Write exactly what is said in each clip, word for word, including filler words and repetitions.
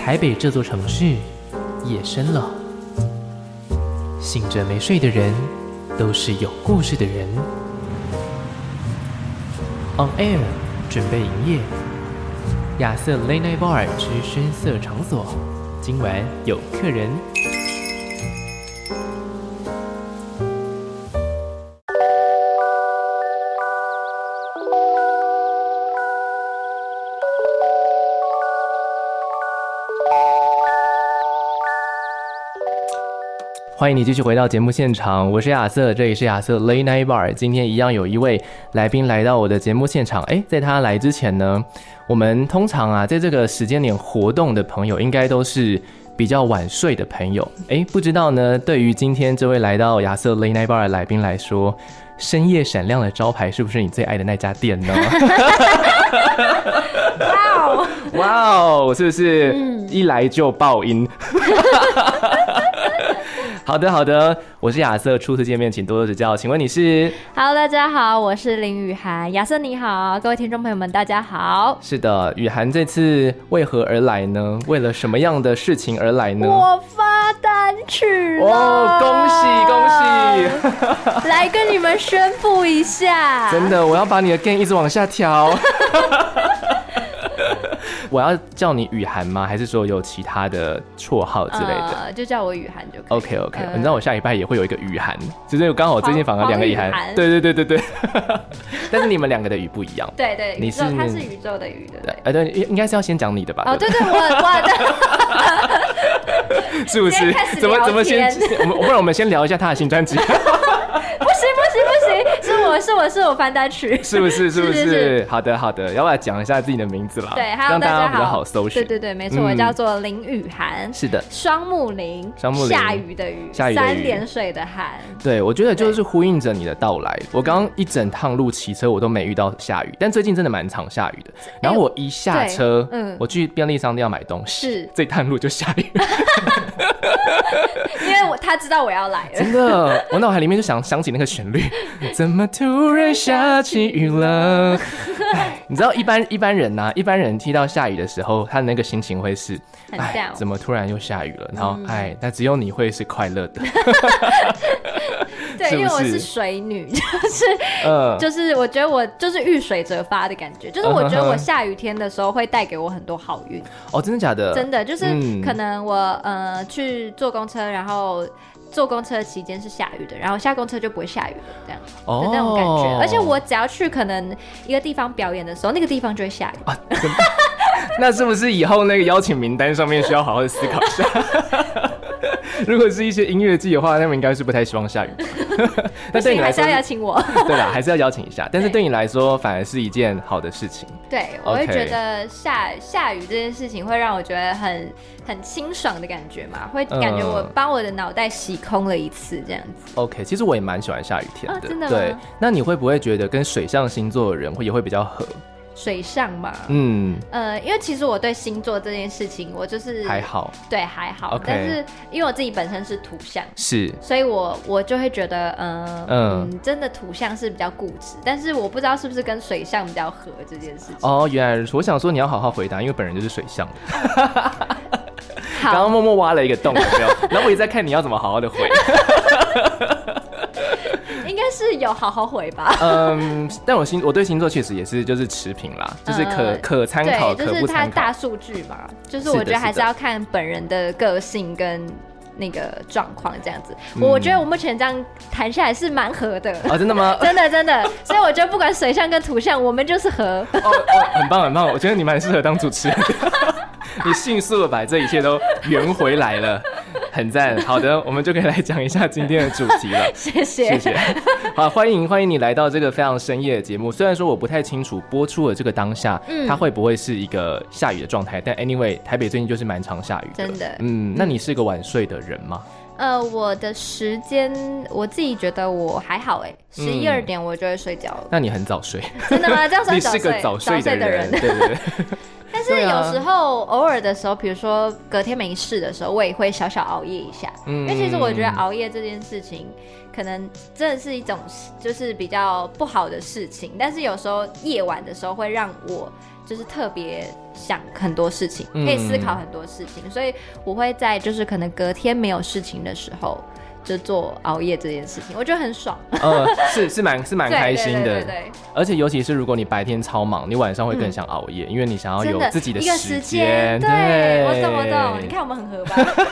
台北这座城市夜深了，醒着没睡的人都是有故事的人。On Air 准备营业，亚瑟 Late Night Bar 之深色场所，今晚有客人。欢迎你继续回到节目现场，我是亚瑟，这里是亚瑟 Late Night Bar。今天一样有一位来宾来到我的节目现场。哎，在他来之前呢，我们通常啊，在这个时间点活动的朋友，应该都是比较晚睡的朋友。哎，不知道呢，对于今天这位来到亚瑟 Late Night Bar 的来宾来说，深夜闪亮的招牌是不是你最爱的那家店呢？ 哇哦， 哇哦，是不是一来就爆音？好的好的，我是亚瑟，初次见面请多多指教。请问你是？ Hello， 大家好，我是林雨涵。亚瑟你好，各位听众朋友们大家好。 是的，雨涵这次为何而来呢？为了什么样的事情而来呢？ 我发单曲了哦，恭喜恭喜！ 来跟你们宣布一下。 真的，我要把你的 gain 一直往下调。我要叫你雨涵吗？还是说有其他的绰号之类的？ 呃、就叫我雨涵就可以。 OK OK，、呃、你知道我下礼拜也会有一个雨涵，就是刚好我最近访了两个雨涵。对对对对对。但是你们两个的雨不一样。 对对，你是他是宇宙的宇的。对， 呃对，应该是要先讲你的吧？ 哦对对，我我的。 是不是？怎么怎么先？我们不然我们先聊一下他的新专辑。 不行不行不行，是我是我是我翻单曲， 是不是是不 是, 是, 是, 是？好的好的，要不要讲一下自己的名字啦？ 对， 让大家比较好搜寻。 对对对，没错、嗯，我叫做林雨涵。 是的， 双木林， 双木林， 下雨的雨， 下雨的雨， 三点水的涵。 对，我觉得就是呼应着你的到来。我刚刚一整趟路骑车，我都没遇到下雨，但最近真的蛮常下雨的。然后我一下车，欸、嗯，我去便利商店要买东西，是这趟路就下雨。 因为我他知道我要来了， 真的，我脑海里面就想想起那个旋律，怎么突然下起雨了？你知道一般一般人呐、啊，一般人听到下雨的时候，他的那个心情会是，哎，怎么突然又下雨了？然后，哎、嗯，但只有你会是快乐的。 对，是是因为我是水女，就是，呃、就是我觉得我就是遇水则发的感觉，就是我觉得我下雨天的时候会带给我很多好运。 哦，真的假的？ 真的，就是可能我、嗯、呃去坐公车，然后坐公车期间是下雨的，然后下公车就不会下雨了，这样的那种感觉。哦、而且我只要去可能一个地方表演的时候，那个地方就会下雨。啊、 那是不是以后那个邀请名单上面需要好好的思考一下？如果是一些音乐季的话，他们应该是不太希望下雨。但对你来说， 还是要邀请我。 对啦，还是要邀请一下。但是对你来说，反而是一件好的事情。 对，我会觉得下下雨这件事情会让我觉得很很清爽的感觉嘛，会感觉我帮我的脑袋洗空了一次这样子。 OK， 其实我也蛮喜欢下雨天的。 哦、真的吗？ 对，那你会不会觉得跟水象星座的人会也会比较合？ 水象嘛，嗯，呃，因为其实我对星座这件事情，我就是还好， 对还好， okay. 但是因为我自己本身是土象， 是， 所以我我就会觉得，呃、嗯嗯，真的土象是比较固执，但是我不知道是不是跟水象比较合这件事情。 哦，原来我想说你要好好回答，因为本人就是水象的。刚刚默默挖了一个洞，有没有？然后我也在看你要怎么好好的回。 应该是有好好回吧。 嗯，但我星我对星座确实也是就是持平啦，就是可、呃、可参考， 对，就是它大数据嘛，就是我觉得还是要看本人的个性跟那个状况这样子、嗯。我觉得我目前这样谈下来是蛮合的。 哦，真的吗？ 真的真的，所以我觉得不管水象跟土象，我们就是合。哦哦，很棒很棒，我觉得你蛮适合当主持人的。你迅速的把这一切都圆回来了，很赞。好的，我们就可以来讲一下今天的主题了。 谢谢谢谢。好，欢迎欢迎你来到这个非常深夜的节目。虽然说我不太清楚播出的这个当下、嗯、它会不会是一个下雨的状态，但 anyway 台北最近就是蛮常下雨的。 真的。 嗯，那你是个晚睡的人吗？ 呃，我的时间我自己觉得我还好哎、欸。 十一二点我就会睡觉了。 那你很早睡？ 真的吗？这样算早睡？ 你是个早睡的人，对对对。 但是有时候、啊、偶尔的时候，比如说隔天没事的时候，我也会小小熬夜一下。嗯，因为其实我觉得熬夜这件事情，可能真的是一种就是比较不好的事情。但是有时候夜晚的时候会让我就是特别想很多事情，可以思考很多事情，嗯、所以我会在就是可能隔天没有事情的时候。就做熬夜这件事情，我觉得很爽。呃， 是是蛮是蛮开心的， 对对对对对。 而且尤其是如果你白天超忙，你晚上会更想熬夜，嗯、因为你想要有自己的时间。 对，对我懂我懂。你看我们很合吧？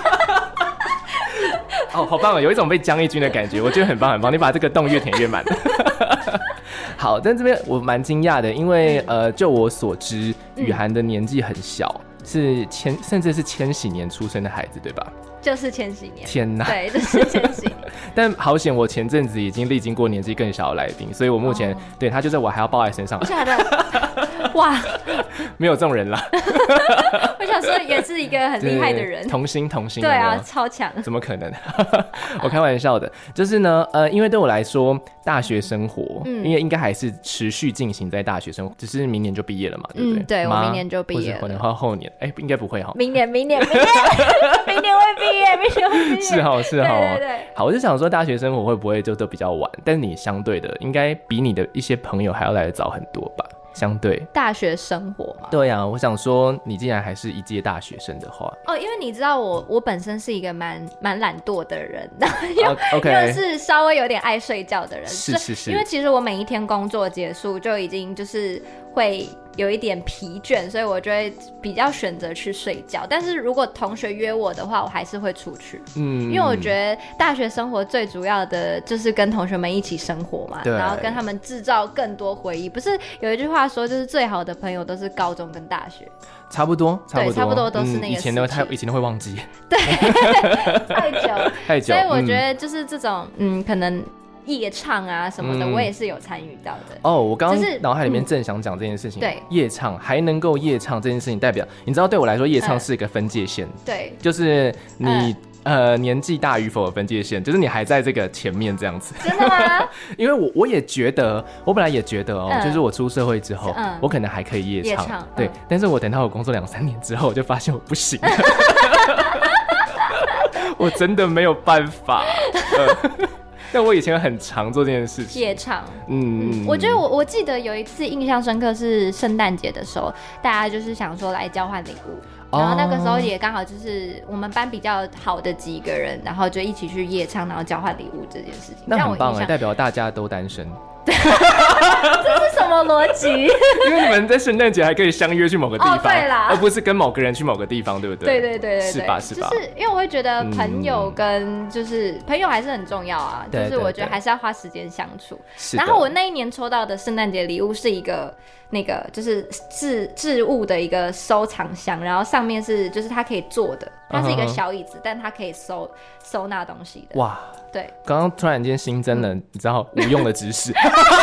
哦，好棒哦，有一种被江一军的感觉，我觉得很棒很棒。你把这个洞越填越满。好，但这边我蛮惊讶的，因为呃，就我所知，雨涵的年纪很小，是千甚至是千禧年出生的孩子，对吧？ 就是千禧年， 天哪！ 对，就是千禧年。 但好险，我前阵子已经历经过年纪更小的来宾，所以我目前、哦、对他就在我还要抱在身上。 真的？哇， 没有这种人啦。 我想说，也是一个很厉害的人， 童心童心。 对啊，超强。 怎么可能？我开玩笑的，就是呢，呃，因为对我来说，大学生活，嗯、因为应该还是持续进行在大学生活，只是明年就毕业了嘛，对不对？ 嗯，对，我明年就毕业了， 或者可能后年，哎、欸，应该不会哈。 明年，明年，明年，明年会毕业，明年会毕业。 是哈，是哈。 对对对。 好，我就想说，大学生活会不会就都比较晚？但是你相对的，应该比你的一些朋友还要来得早很多吧？相对大学生活嘛， 对啊，我想说，你既然还是一届大学生的话， 哦，因为你知道我，我本身是一个蛮蛮懒惰的人，又、 oh, okay. 又是稍微有点爱睡觉的人， 是是是， 因为其实我每一天工作结束就已经就是会有一点疲倦，所以我就会比较选择去睡觉。但是如果同学约我的话，我还是会出去，嗯，因为我觉得大学生活最主要的就是跟同学们一起生活嘛，然后跟他们制造更多回忆。不是有一句话说，就是最好的朋友都是高中跟大学， 差不多，差不多， 对，差不多都是那个、嗯、 以前都太以前都会忘记， 对，太久太久， 所以我觉得就是这种，嗯，嗯可能。夜唱啊什么的、嗯，我也是有参与到的。 哦，我刚刚脑海里面正想讲这件事情。对、嗯，夜唱还能够夜唱这件事情，代表你知道，对我来说，夜唱是一个分界线。嗯、对，就是你、嗯、呃年纪大与否的分界线，就是你还在这个前面这样子。 真的吗？ 因为我我也觉得，我本来也觉得哦、嗯，就是我出社会之后，嗯、我可能还可以夜唱。夜唱对、嗯，但是我等到我工作两三年之后，我就发现我不行。我真的没有办法。呃但我以前很常做这件事情， 夜唱。嗯，我觉得我我记得有一次印象深刻是圣诞节的时候，大家就是想说来交换礼物，然后那个时候也刚好就是我们班比较好的几个人，然后就一起去夜唱，然后交换礼物这件事情。 那很棒哎，代表大家都单身。 这是什么逻辑？ 因为你们在圣诞节还可以相约去某个地方，哦、 对啦， 而不是跟某个人去某个地方，对不对？ 对对对 对, 对， 是吧？是吧？ 就是因为我会觉得朋友跟就是、嗯、朋友还是很重要啊， 对对对， 就是我觉得还是要花时间相处。然后我那一年抽到的圣诞节礼物是一个那个就是置置物的一个收藏箱，然后上面是就是它可以坐的，它是一个小椅子，嗯、但它可以收收纳东西的。哇！对， 刚刚突然间新增了、嗯、你知道无用的知识。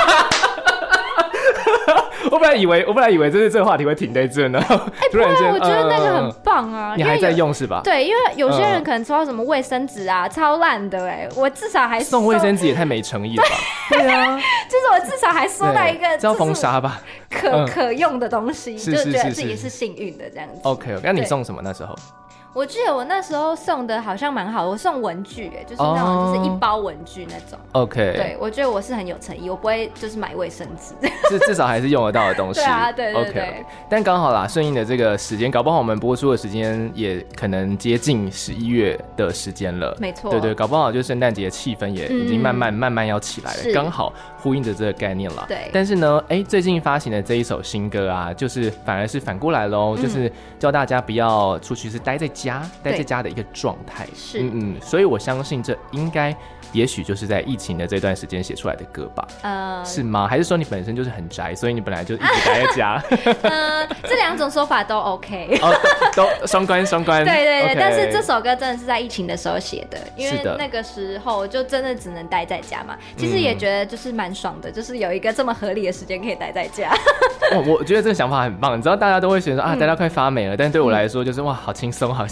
我本来以为，我本来以为就是这个话题会停在这呢。哎、欸， 突然间，我觉得那个很棒啊！ 你还在用是吧？ 对，因为有些人可能抽到什么卫生纸啊，嗯、超烂的哎、欸，我至少还送卫生纸也太没诚意了吧？对啊， 就是我至少还收到一个叫封杀吧， 可、嗯、可用的东西，是是是是，就觉得自己是幸运的这样子。 OK， 那你送什么那时候？ 我记得我那时候送的好像蛮好的，我送文具哎，就是那种就是一包文具那种。OK， 对，我觉得我是很有诚意，我不会就是买卫生纸， 至至少还是用得到的东西。 对啊，对对对。 Okay. 但刚好啦，顺应的这个时间，搞不好我们播出的时间也可能接近十一月的时间了。 没错， 对对，搞不好就圣诞节气氛也已经慢慢、嗯、慢慢要起来了，刚好呼应着这个概念了。 对。 但是呢，哎，最近发行的这一首新歌啊，就是反而是反过来喽、嗯，就是叫大家不要出去，是待在家，待在家的一个状态。 是， 嗯嗯，所以我相信这应该。也许就是在疫情的这段时间写出来的歌吧，呃，是吗？还是说你本身就是很宅，所以你本来就一直待在家？ 嗯，这两种说法都 OK， 哦，都双关双关。 对对对， okay. 但是这首歌真的是在疫情的时候写的，因为那个时候就真的只能待在家嘛。其实也觉得就是蛮爽的，就是有一个这么合理的时间可以待在家。哦， 我觉得这个想法很棒。你知道大家都会觉得啊，待到快发霉了，但对我来说就是哇，好轻松，好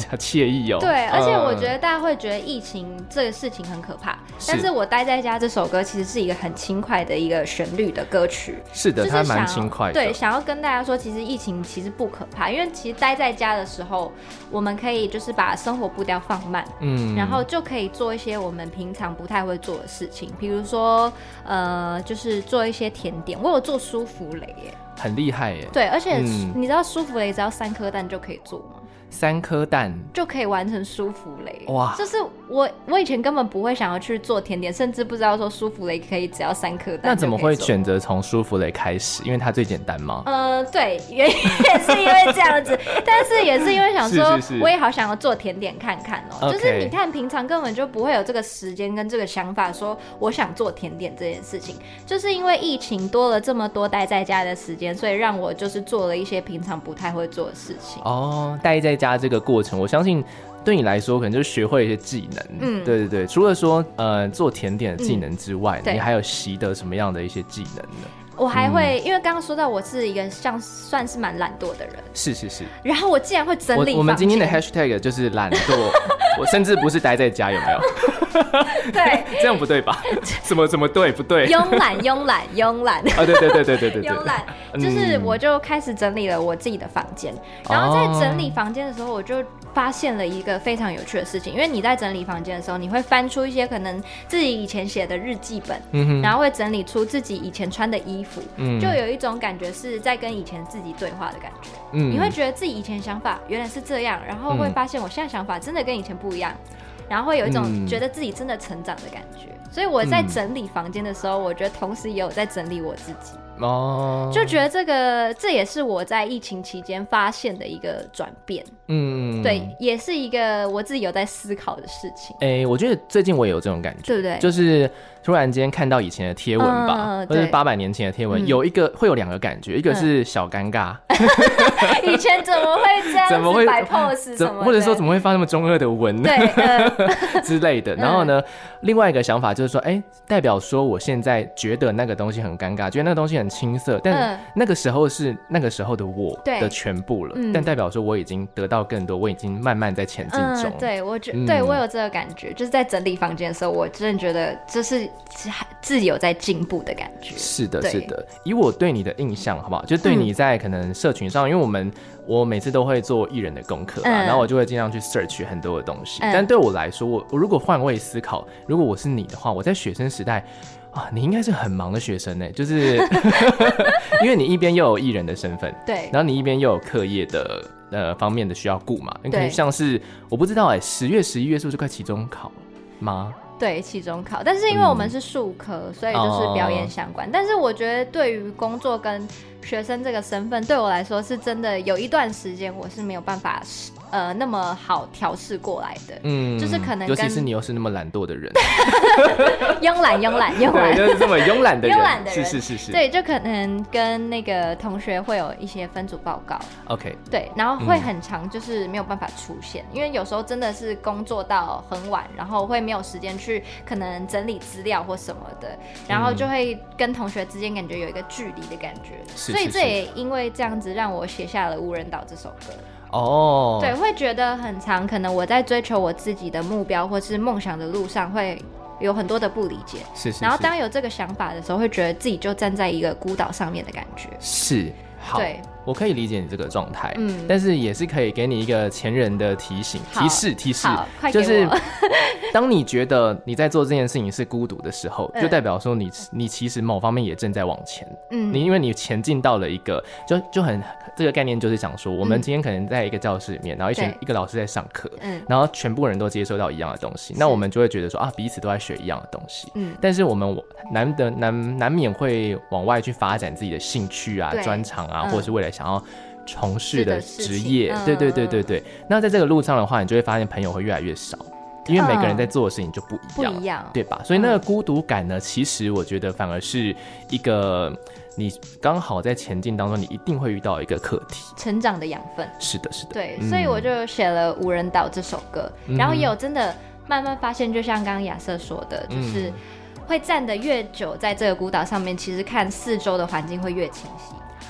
惬意哦。 对，而且我觉得大家会觉得疫情这个事情很可怕，但是我待在家这首歌其实是一个很轻快的一个旋律的歌曲。 是的，它蛮轻快的。 对，想要跟大家说，其实疫情其实不可怕，因为其实待在家的时候，我们可以就是把生活步调放慢，嗯，然后就可以做一些我们平常不太会做的事情，比如说呃，就是做一些甜点。我有做舒芙蕾耶， 很厉害耶。 对，而且你知道舒芙蕾只要三颗蛋就可以做吗？ 三颗蛋就可以完成舒芙蕾。 哇！ 就是我我以前根本不会想要去做甜点，甚至不知道说舒芙蕾可以只要三颗蛋。 那怎么会选择从舒芙蕾开始？因为它最简单吗？ 呃，对，原因也是因为这样子，但是也是因为想说，是是是我也好想要做甜点看看哦、喔。就是你看，平常根本就不会有这个时间跟这个想法，说我想做甜点这件事情，就是因为疫情多了这么多待在家的时间，所以让我就是做了一些平常不太会做的事情。 哦，待在家这个过程，我相信对你来说可能就是学会一些技能。嗯，对对对，除了说呃做甜点的技能之外、嗯、你还有习得什么样的一些技能呢？ 我还会、嗯、因为刚刚说到我是一个像算是蛮懒惰的人， 是是是， 然后我竟然会整理房间。 我, 我们今天的 hashtag 就是懒惰我甚至不是待在家，有没有对这样不对吧？怎么怎么对不对？ 慵懒慵懒慵懒啊，对对对对对对对， 慵懒就是我就开始整理了我自己的房间、嗯、然后在整理房间的时候我就发现了一个非常有趣的事情，因为你在整理房间的时候你会翻出一些可能自己以前写的日记本、嗯、然后会整理出自己以前穿的衣服、嗯、就有一种感觉是在跟以前自己对话的感觉、嗯、你会觉得自己以前想法原来是这样，然后会发现我现在想法真的跟以前不一样，然后会有一种觉得自己真的成长的感觉、嗯、所以我在整理房间的时候、嗯、我觉得同时也有在整理我自己哦，就觉得这个这也是我在疫情期间发现的一个转变，嗯，对，也是一个我自己有在思考的事情。 哎、欸，我觉得最近我也有这种感觉， 对不对？就是突然间看到以前的贴文吧，嗯、或者八百年前的贴文、嗯，有一个会有两个感觉，一个是小尴尬， 嗯、以前怎么会这样子？怎么会摆 pose 什么的？ 或者说怎么会发那么中二的文？ 对，呃、 之类的。然后呢、嗯，另外一个想法就是说，哎、欸，代表说我现在觉得那个东西很尴尬，觉得那个东西很青涩，但那个时候是那个时候的我的全部了，嗯、但代表说我已经得到更多，我已经慢慢在前进中。 嗯、对，我觉、嗯，对我有这个感觉，就是在整理房间的时候，我真的觉得这是自己有在进步的感觉。 是的，是的。以我对你的印象，好不好？就对你在可能社群上，嗯、因为我们我每次都会做艺人的功课、啊嗯、然后我就会尽量去 search 很多的东西。嗯、但对我来说，我我如果换位思考，如果我是你的话，我在学生时代。啊，你应该是很忙的学生呢，就是因为你一边又有艺人的身份， 对， 然后你一边又有课业的呃方面的需要顾嘛，你可能像是我不知道哎，十月十一月是不是快期中考吗？ 对，期中考，但是因为我们是术科、嗯，所以就是表演相关、哦。但是我觉得对于工作跟学生这个身份，对我来说是真的有一段时间我是没有办法呃那么好调试过来的。嗯，就是可能跟尤其是你又是那么懒惰的人， 慵懒慵懒慵懒， 对，就是这么慵懒的人， 慵懒的人， 是是是是， 对，就可能跟那个同学会有一些分组报告 ，OK， 对，然后会很长，就是没有办法出现、嗯，因为有时候真的是工作到很晚，然后会没有时间去可能整理资料或什么的，然后就会跟同学之间感觉有一个距离的感觉， 是是是， 所以这也因为这样子让我写下了《无人岛》这首歌。 哦、oh. 对，会觉得很长，可能我在追求我自己的目标或是梦想的路上会有很多的不理解， 是是是， 然后当有这个想法的时候，会觉得自己就站在一个孤岛上面的感觉。 是，好， 对， 我可以理解你这个状态，嗯，但是也是可以给你一个前人的提醒、提示、提示， 快给我， 就是当你觉得你在做这件事情是孤独的时候，就代表说你你其实某方面也正在往前，嗯，你因为你前进到了一个，就就很这个概念就是讲说，我们今天可能在一个教室里面，然后一群一个老师在上课，嗯，然后全部人都接收到一样的东西，那我们就会觉得说啊，彼此都在学一样的东西，嗯，但是我们难得难难免会往外去发展自己的兴趣啊、专长啊，或者是未来想要从事的职业，嗯、对对对对对。那在这个路上的话，你就会发现朋友会越来越少，因为每个人在做的事情就不一样， 不一样， 对吧？所以那个孤独感呢，其实我觉得反而是一个你刚好在前进当中，你一定会遇到一个课题， 成长的养分。 是的，是的。 对，嗯、所以我就写了《无人岛》这首歌，嗯、然后也有真的慢慢发现，就像刚刚亚瑟说的，就是。嗯会站得越久在这个孤岛上面，其实看四周的环境会越清晰。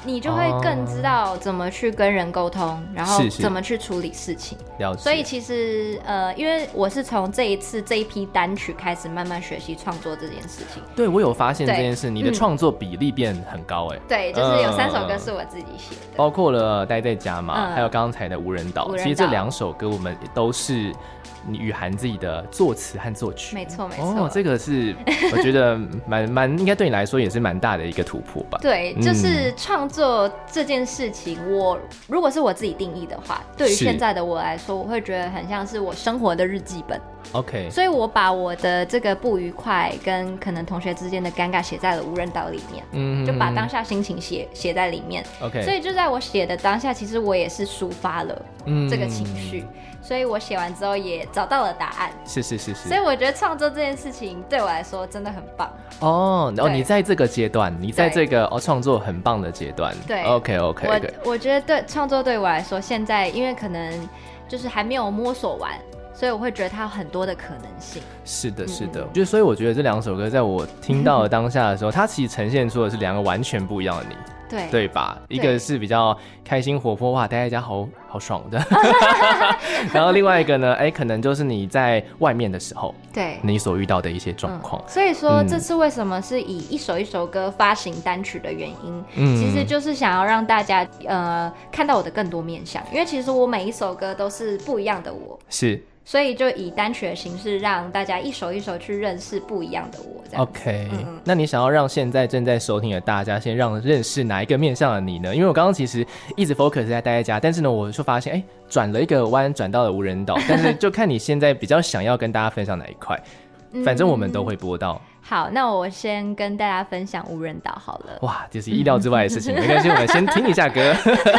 你就会更知道怎么去跟人沟通，然后怎么去处理事情。 了解。 所以其实呃，因为我是从这一次这一批单曲开始慢慢学习创作这件事情。 对，我有发现这件事，你的创作比例变很高哎、欸。 对，就是有三首歌是我自己写的， 嗯、包括了待在家嘛，嗯、还有刚才的无人岛。其实这两首歌我们都是你雨涵自己的作词和作曲。 没错没错。 哦，这个是我觉得蛮蛮应该对你来说也是蛮大的一个突破吧。 对，就是创作这件事情，我如果是我自己定义的话，对于现在的我来说，我会觉得很像是我生活的日记本。 OK， 所以我把我的这个不愉快跟可能同学之间的尴尬写在了无人岛里面，嗯，就把当下心情写写在里面。 OK， 所以就在我写的当下，其实我也是抒发了这个情绪，嗯、所以我写完之后也找到了答案。 是是是是。 所以我觉得创作这件事情对我来说真的很棒。 哦，然后你在这个阶段，你在这个哦创作很棒的阶段。 对 ，OK OK OK。 我我觉得对创作对我来说，现在因为可能就是还没有摸索完。所以我会觉得它有很多的可能性。 是的，是的，就、嗯、所以我觉得这两首歌在我听到的当下的时候，它其实呈现出的是两个完全不一样的你， 对对吧？一个是比较开心活泼，哇，待在家好好爽的，然后另外一个呢，哎，可能就是你在外面的时候， 对你所遇到的一些状况、 嗯。所以说，这次为什么是以一首一首歌发行单曲的原因，嗯、其实就是想要让大家呃看到我的更多面向，因为其实我每一首歌都是不一样的我， 是。 所以就以单曲的形式让大家一首一首去认识不一样的我这样。 OK、嗯、那你想要让现在正在收听的大家先让认识哪一个面向的你呢？因为我刚刚其实一直 focus 在待在家，但是呢我就发现哎，转了一个弯转到了无人岛，但是就看你现在比较想要跟大家分享哪一块反正我们都会播到、嗯、 好，那我先跟大家分享无人岛好了。 哇，这是意料之外的事情没关系，我们先听一下歌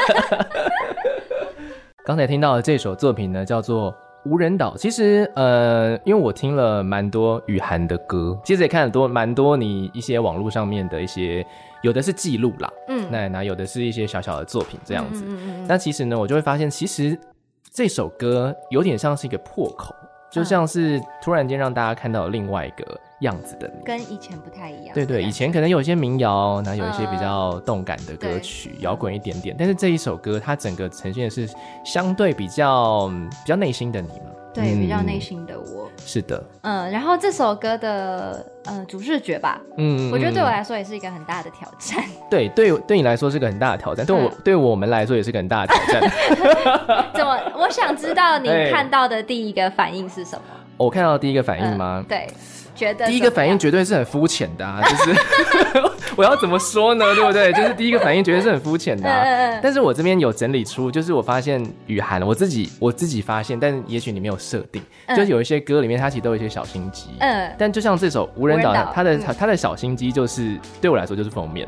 刚才听到的这首作品呢叫做无人岛。其实呃，因为我听了蛮多雨涵的歌，其实也看了多蛮多你一些网络上面的一些，有的是记录啦，嗯，那那有的是一些小小的作品这样子。嗯嗯嗯嗯，那其实呢，我就会发现，其实这首歌有点像是一个破口，就像是突然间让大家看到另外一个样子的你， 跟以前不太一样。 对对，以前可能有一些民谣，然后有一些比较动感的歌曲，摇滚、呃、一点点，但是这一首歌它整个呈现的是相对比较比较内心的你嘛。 对、嗯，比较内心的我。 是的， 嗯，然后这首歌的呃主视觉吧，嗯，我觉得对我来说也是一个很大的挑战。 对，对，对你来说是个很大的挑战，对我、嗯、对我们来说也是个很大的挑战。 怎么？我想知道你看到的第一个反应是什么？ 我看到的第一个反应吗？ 嗯、对。觉得第一个反应绝对是很肤浅的啊，就是我要怎么说呢，对不对？就是第一个反应绝对是很肤浅的啊。但是我这边有整理出，就是我发现雨涵，我自己我自己发现，但也许你没有设定，就是有一些歌里面它其实都有一些小心机，嗯，但就像这首无人岛，它的它的小心机就是对我来说就是封面。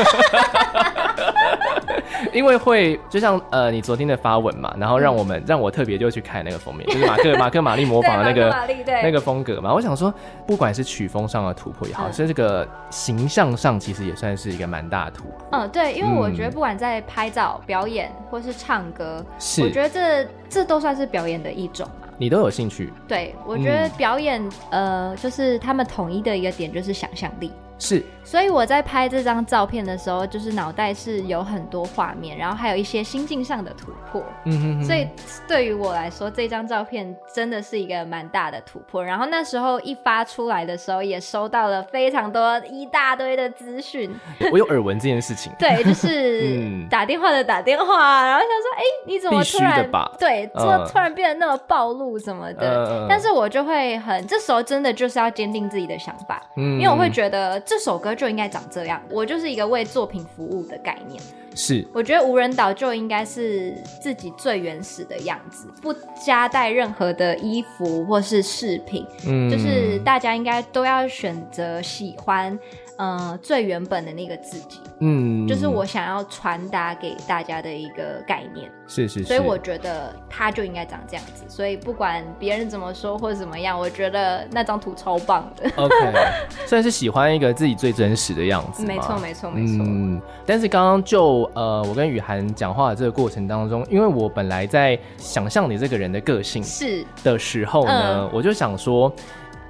因为会就像呃你昨天的发文嘛，然后让我们、嗯、让我特别就去看那个封面，就是马克马克玛丽模仿的那个那个风格嘛。我想说，不管是曲风上的突破也好，是、嗯、这个形象上其实也算是一个蛮大的突破。 嗯，对，因为我觉得不管在拍照、嗯、表演或是唱歌，是我觉得这这都算是表演的一种嘛。 你都有兴趣？ 对，我觉得表演、嗯、呃，就是他们统一的一个点就是想象力。 是， 所以我在拍这张照片的时候，就是脑袋是有很多画面，然后还有一些心境上的突破。嗯哼哼，所以对于我来说，这张照片真的是一个蛮大的突破。然后那时候一发出来的时候，也收到了非常多一大堆的资讯。 我有耳闻这件事情。 对，就是打电话的打电话，然后想说，哎、欸，你怎么突然对，怎么突然变得那么暴露什么的？嗯、但是我就会很，这时候真的就是要坚定自己的想法，嗯、因为我会觉得。这首歌就应该长这样，我就是一个为作品服务的概念。 是， 我觉得无人岛就应该是自己最原始的样子，不加带任何的衣服或是饰品，嗯，就是大家应该都要选择喜欢呃最原本的那个自己，嗯，就是我想要传达给大家的一个概念。 是是是， 所以我觉得它就应该长这样子，所以不管别人怎么说或者怎么样，我觉得那张图超棒的。 OK， 算是喜欢一个自己最真实的样子。 没错没错没错。 嗯，但是刚刚就呃我跟雨涵讲话的这个过程当中，因为我本来在想象你这个人的个性是的时候呢，嗯、我就想说。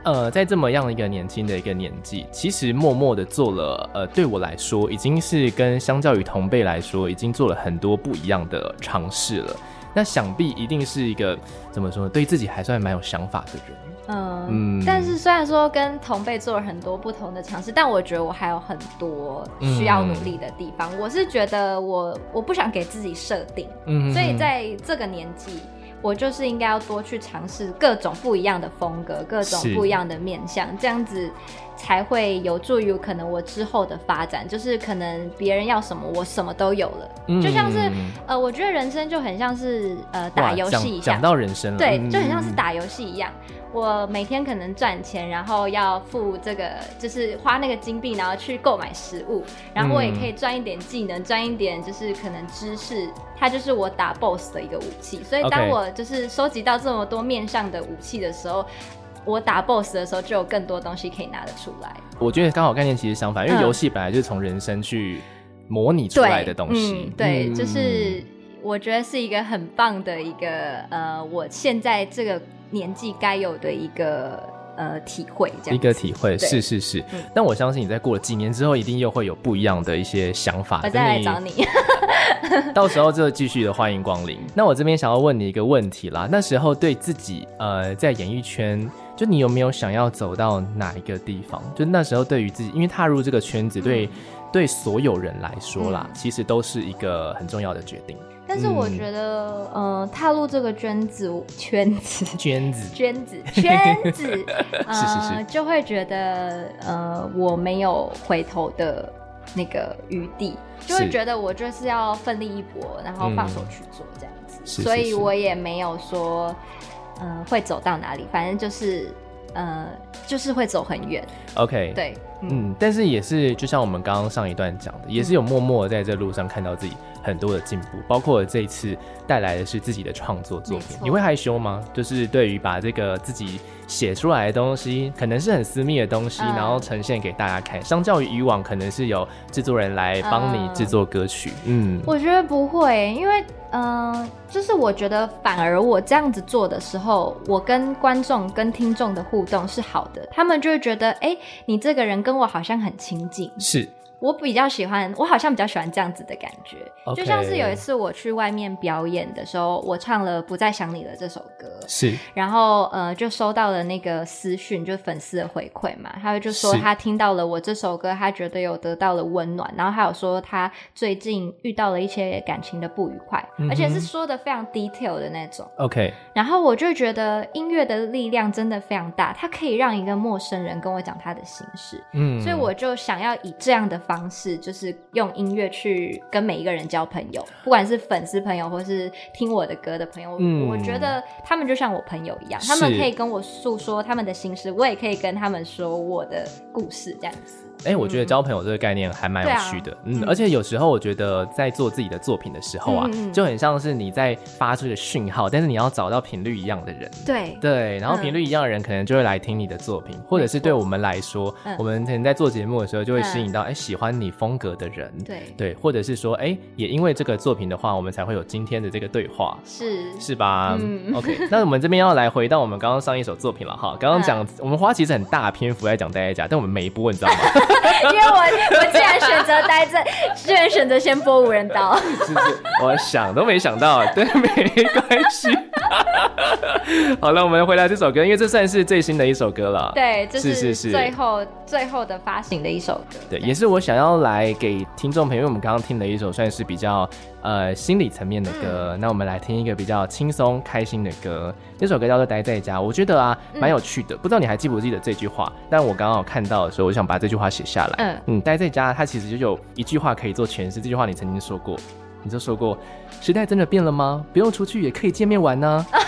呃，在这么样一个年轻的一个年纪，其实默默的做了，呃，对我来说，已经是跟相较于同辈来说，已经做了很多不一样的尝试了。那想必一定是一个怎么说呢，对自己还算蛮有想法的人。 嗯, 嗯，但是虽然说跟同辈做了很多不同的尝试，但我觉得我还有很多需要努力的地方。嗯、我是觉得我我不想给自己设定，嗯，所以在这个年纪，我就是应该要多去尝试各种不一样的风格，各种不一样的面向，这样子才会有助于可能我之后的发展。就是可能别人要什么，我什么都有了。嗯、就像是呃，我觉得人生就很像是呃打游戏一样， 讲到人生了， 对，就很像是打游戏一样。我每天可能赚钱，然后要付这个，就是花那个金币，然后去购买食物，然后我也可以赚一点技能，赚、嗯、一点就是可能知识，它就是我打 boss 的一个武器。所以当我就是收集到这么多面向的武器的时候，我打 boss 的时候就有更多东西可以拿得出来。 我觉得刚好概念其实相反，因为游戏本来就是从人生去模拟出来的东西。 对，嗯对嗯、就是我觉得是一个很棒的一个呃，我现在这个年纪该有的一个呃体会，这样一个体会，是是是、嗯。但我相信你在过了几年之后，一定又会有不一样的一些想法。 我再来找你， 到时候就继续的欢迎光临。那我这边想要问你一个问题啦，那时候对自己呃在演艺圈，就你有没有想要走到哪一个地方？就那时候对于自己，因为踏入这个圈子，对、嗯、对所有人来说啦、嗯，其实都是一个很重要的决定。 但是我觉得，嗯、呃，踏入这个圈子，圈子， 圈子， 圈子，圈子，呃、 是是是， 就会觉得，呃，我没有回头的那个余地，就会觉得我就是要奋力一搏，然后放手去做这样子。嗯、所以我也没有说，嗯、呃，会走到哪里，反正就是，呃，就是会走很远。 OK， 对， 嗯，嗯但是也是，就像我们刚刚上一段讲的，也是有默默在这路上看到自己很多的进步，包括这一次带来的是自己的创作作品。你会害羞吗？就是对于把这个自己写出来的东西，可能是很私密的东西、嗯、然后呈现给大家看，相较于以往可能是有制作人来帮你制作歌曲。嗯， 我觉得不会，因为嗯、呃，就是我觉得反而我这样子做的时候，我跟观众跟听众的互动是好的，他们就会觉得哎，你这个人跟我好像很亲近。 是， 我比较喜欢，我好像比较喜欢这样子的感觉。Okay. 就像是有一次我去外面表演的时候，我唱了《不再想你了》这首歌， 是， 然后呃就收到了那个私讯，就粉丝的回馈嘛，他就说他听到了我这首歌，他觉得有得到了温暖，然后还有说他最近遇到了一些感情的不愉快，嗯、而且是说的非常 detail 的那种。 OK， 然后我就觉得音乐的力量真的非常大，它可以让一个陌生人跟我讲他的心事，嗯，所以我就想要以这样的方式，就是用音乐去跟每一个人交朋友，不管是粉丝朋友或是听我的歌的朋友、嗯、我觉得他们就像我朋友一样，他们可以跟我诉说他们的心事，我也可以跟他们说我的故事，这样子。 哎、欸，我觉得交朋友这个概念还蛮有趣的，嗯, 嗯，而且有时候我觉得在做自己的作品的时候啊，嗯嗯就很像是你在发出一个讯号，但是你要找到频率一样的人， 对对，然后频率一样的人可能就会来听你的作品，嗯、或者是对我们来说，我们可能在做节目的时候就会吸引到哎、嗯欸、喜欢你风格的人， 对对，或者是说哎、欸、也因为这个作品的话，我们才会有今天的这个对话， 是是吧？嗯 ，OK， 那我们这边要来回到我们刚刚上一首作品了哈，刚刚讲、嗯、我们花其实很大篇幅在讲待在家，但我们没播，你知道吗？ 因为我我既然选择待在，居然选择先播无人岛， 是不是？我想都没想到，对，没关系。好了，我们回来这首歌，因为这算是最新的一首歌了。 对，这是最后是是是最后的发行的一首歌。 对，也是我想要来给听众朋友，因为我们刚刚听的一首算是比较呃心理层面的歌、嗯，那我们来听一个比较轻松开心的歌。这首歌叫做《待在家》，我觉得啊蛮有趣的、嗯，不知道你还记不记得这句话？但我刚刚有看到的时候，我想把这句话写下来。嗯嗯，待在家，它其实就有一句话可以做诠释。这句话你曾经说过，你就说过，时代真的变了吗？不用出去也可以见面玩呢、啊。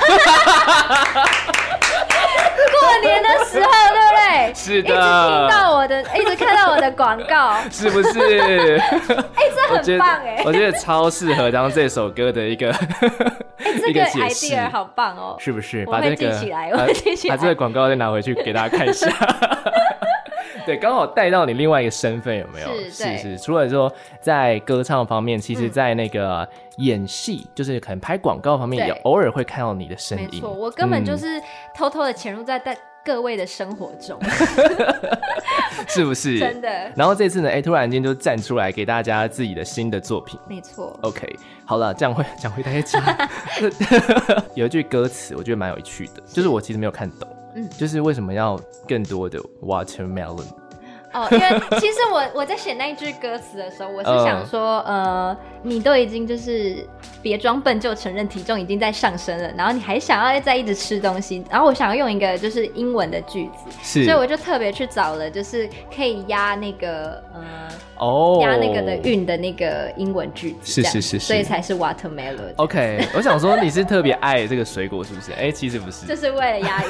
过年的时候，对不对？ 是的， 一直听到我的，一直看到我的广告， 是不是？ 哎、欸，这很棒哎！ 我觉得超适合当这首歌的一个， 哎、欸，这个 idea 好棒哦， 是不是？ 我会记起来，我会记起来， 把这个广告再拿回去给大家看一下。 对，刚好带到你另外一个身份，有没有？ 是，是是。除了说在歌唱方面，其实在那个演戏，嗯、就是可能拍广告方面，也偶尔会看到你的身影。 没错，我根本就是偷偷的潜入在在各位的生活中， 是不是？ 真的。 然后这次呢，哎，突然间就站出来给大家自己的新的作品。 没错。 OK， 好了，这样会讲回大家。有一句歌词，我觉得蛮有趣的，就是我其实没有看懂。嗯，就是为什么要更多的 watermelon？ 哦，因为其实我我在写那一句歌词的时候，我是想说，呃, 呃，你都已经就是别装笨就承认体重已经在上升了，然后你还想要再一直吃东西，然后我想要用一个就是英文的句子，是，所以我就特别去找了，就是可以压那个呃哦压那个的韵的那个英文句子， 是是是是， 所以才是 watermelon。 OK， 我想说你是特别爱这个水果是不是？哎，其实不是， 就是为了押韵。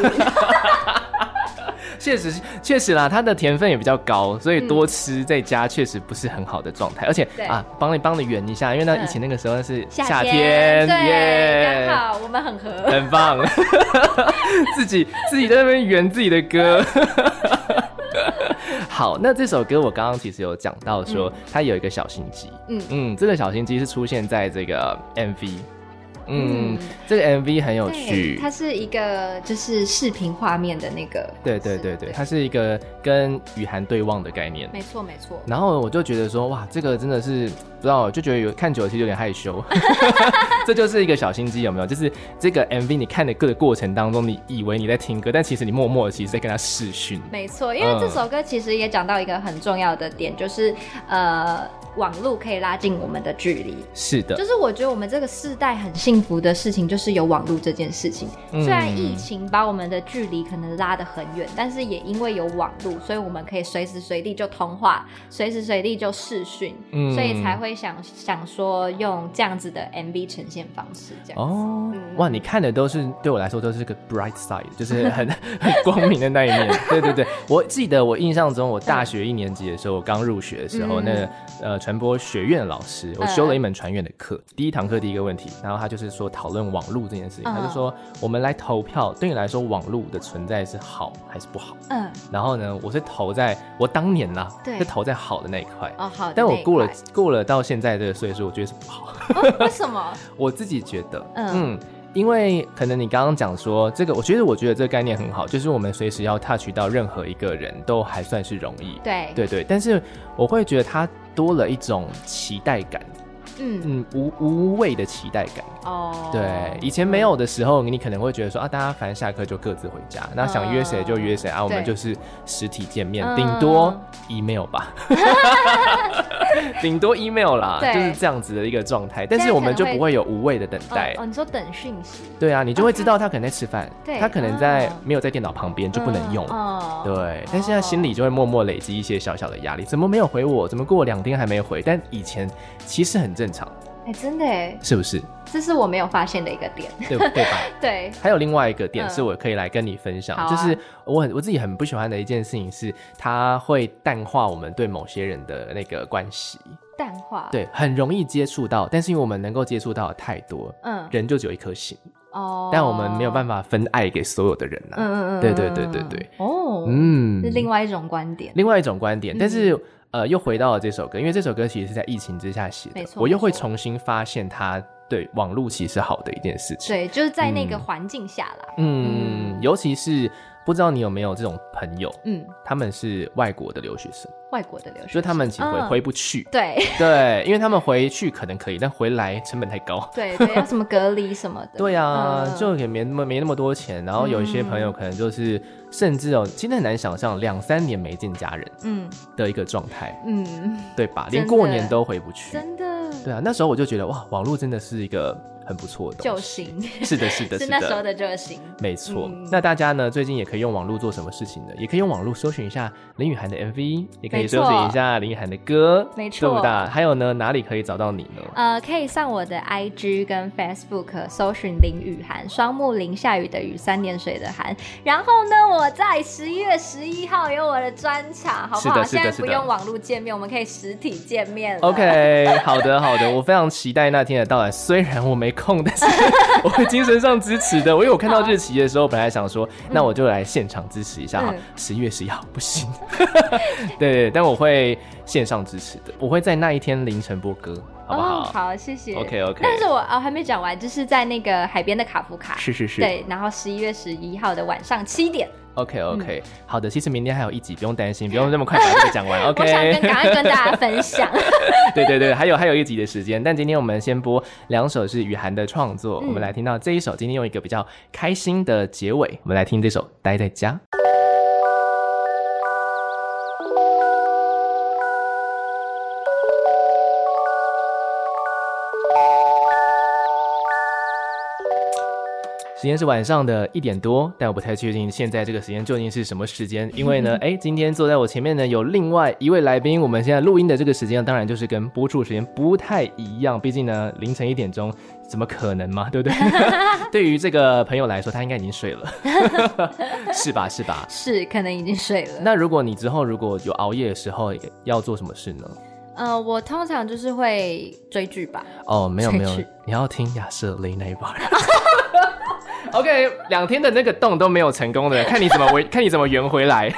确实，确实啦，它的甜分也比较高，所以多吃在家确实不是很好的状态。嗯、而且啊，帮你帮你圆一下，因为那疫情那个时候是夏天， 对，刚好我们很合， 很棒。自己自己在那边圆自己的歌。好，那这首歌我刚刚其实有讲到说，嗯、它有一个小心机，嗯嗯，这个小心机是出现在这个 M V。嗯，这个 M V 很有趣， 它是一个就是视频画面的那个， 对对对对，它是一个跟雨涵对望的概念， 没错没错。 然后我就觉得说，哇，这个真的是不知道，就觉得有看久了其实有点害羞，这就是一个小心机，有没有？就是这个 M V 你看的歌的过程当中，你以为你在听歌，但其实你默默的其实在跟他视讯。 没错，因为这首歌其实也讲到一个很重要的点，就是呃。网络可以拉近我们的距离， 是的， 就是我觉得我们这个世代很幸福的事情，就是有网络这件事情。嗯、虽然疫情把我们的距离可能拉得很远，但是也因为有网络，所以我们可以随时随地就通话，随时随地就视讯，嗯、所以才会想想说用这样子的 M V 呈现方式，这样子。哦，嗯、 哇，你看的都是对我来说都是个 bright side， 就是很很光明的那一面。对对对，我记得我印象中，我大学一年级的时候，我刚入学的时候，嗯、那个呃。传播学院的老师，我修了一门传院的课、嗯、第一堂课第一个问题，然后他就是说讨论网络这件事情、嗯、他就说我们来投票，对你来说网络的存在是好还是不好？嗯，然后呢我是投在我当年啦是投在好的那一块，哦好的，但我过了过了到现在这个岁数，我觉得是不好。 哦、为什么？ 我自己觉得嗯嗯因为可能你刚刚讲说这个，我觉得我觉得这个概念很好，就是我们随时要 touch 到任何一个人都还算是容易， 对对对，但是我会觉得它多了一种期待感，嗯嗯，无无谓的期待感哦，对，以前没有的时候，你可能会觉得说啊，大家反正下课就各自回家，那想约谁就约谁、嗯、啊，我们就是实体见面，顶多 email 吧，顶多 email 啦，就是这样子的一个状态，但是我们就不会有无谓的等待。 哦，你说等讯息？ 对啊，你就会知道他可能在吃饭，对，他可能在没有在电脑旁边就不能用，哦，对，但现在心里就会默默累积一些小小的压力，怎么没有回我？怎么过两天还没回？但以前其实很正常。 哎、欸，真的哎， 是不是？ 这是我没有发现的一个点， 对对吧？ 对。 还有另外一个点是我可以来跟你分享，嗯啊、就是我很我自己很不喜欢的一件事情是，它会淡化我们对某些人的那个关系。 淡化， 对，很容易接触到，但是因为我们能够接触到的太多，嗯，人就只有一颗心。哦，但我们没有办法分爱给所有的人啊。嗯嗯嗯，对对对对对。哦， 嗯，是另外一种观点。 另外一种观点，但是。嗯呃，又回到了这首歌，因为这首歌其实是在疫情之下写的，我又会重新发现它对网络其实是好的一件事情。 对，就是在那个环境下啦。 嗯，嗯尤其是不知道你有没有这种朋友，嗯，他们是外国的留学生， 外国的留学生， 所以他们其实回、嗯、回不去。 对对，因为他们回去可能可以，但回来成本太高。 对对，要什么隔离什么的。 对啊，嗯、就也没那么没那么多钱，然后有一些朋友可能就是。嗯甚至哦，其实很难想象两三年没见家人，嗯，的一个状态，嗯，对吧？连过年都回不去， 真的。 对啊，那时候我就觉得哇，网络真的是一个很不错的救星。 是的，是的， 是那时候的救星。 没错、嗯。那大家呢，最近也可以用网络做什么事情呢？也可以用网络搜寻一下林雨涵的 M V， 也可以搜寻一下林雨涵的歌， 没错， 对不对？还有呢，哪里可以找到你呢？ 呃，可以上我的 I G 跟 Facebook 搜寻林雨涵，双木林下雨的雨，三点水的涵。然后呢，我在十一月十一号有我的专场，好不好？现在不用网络见面，我们可以实体见面了。 OK， 好的好的，我非常期待那天的到来。虽然我没空，但是我会精神上支持的。因为我看到日期的时候，本来想说，那我就来现场支持一下哈。十一月十一号不行，对对，但我会线上支持的，我会在那一天凌晨播歌。好不好？哦、 好，谢谢。 OK OK。 但是我哦还没讲完，就是在那个海边的卡夫卡。 是是是。 对，然后十一月十一号的晚上七点。 OK OK，、嗯、好的。其实明天还有一集，不用担心，不用这么快把这个讲完。OK。 我想跟赶快跟大家分享。 对对对，还有还有一集的时间，但今天我们先播两首是雨涵的创作、嗯，我们来听到这一首，今天用一个比较开心的结尾，我们来听这首《待在家》。时间是晚上的一点多，但我不太确定现在这个时间究竟是什么时间，因为呢，哎，今天坐在我前面呢有另外一位来宾，我们现在录音的这个时间当然就是跟播出时间不太一样，毕竟呢凌晨一点钟，怎么可能嘛，对不对？对于这个朋友来说，他应该已经睡了，是吧？是吧？ 是，可能已经睡了。 那如果你之后如果有熬夜的时候，要做什么事呢？ 呃，我通常就是会追剧吧。 哦，没有没有，你要听亚瑟雷那一把。OK， 两天的那个洞都没有成功的，看你怎么看你怎么圆回来。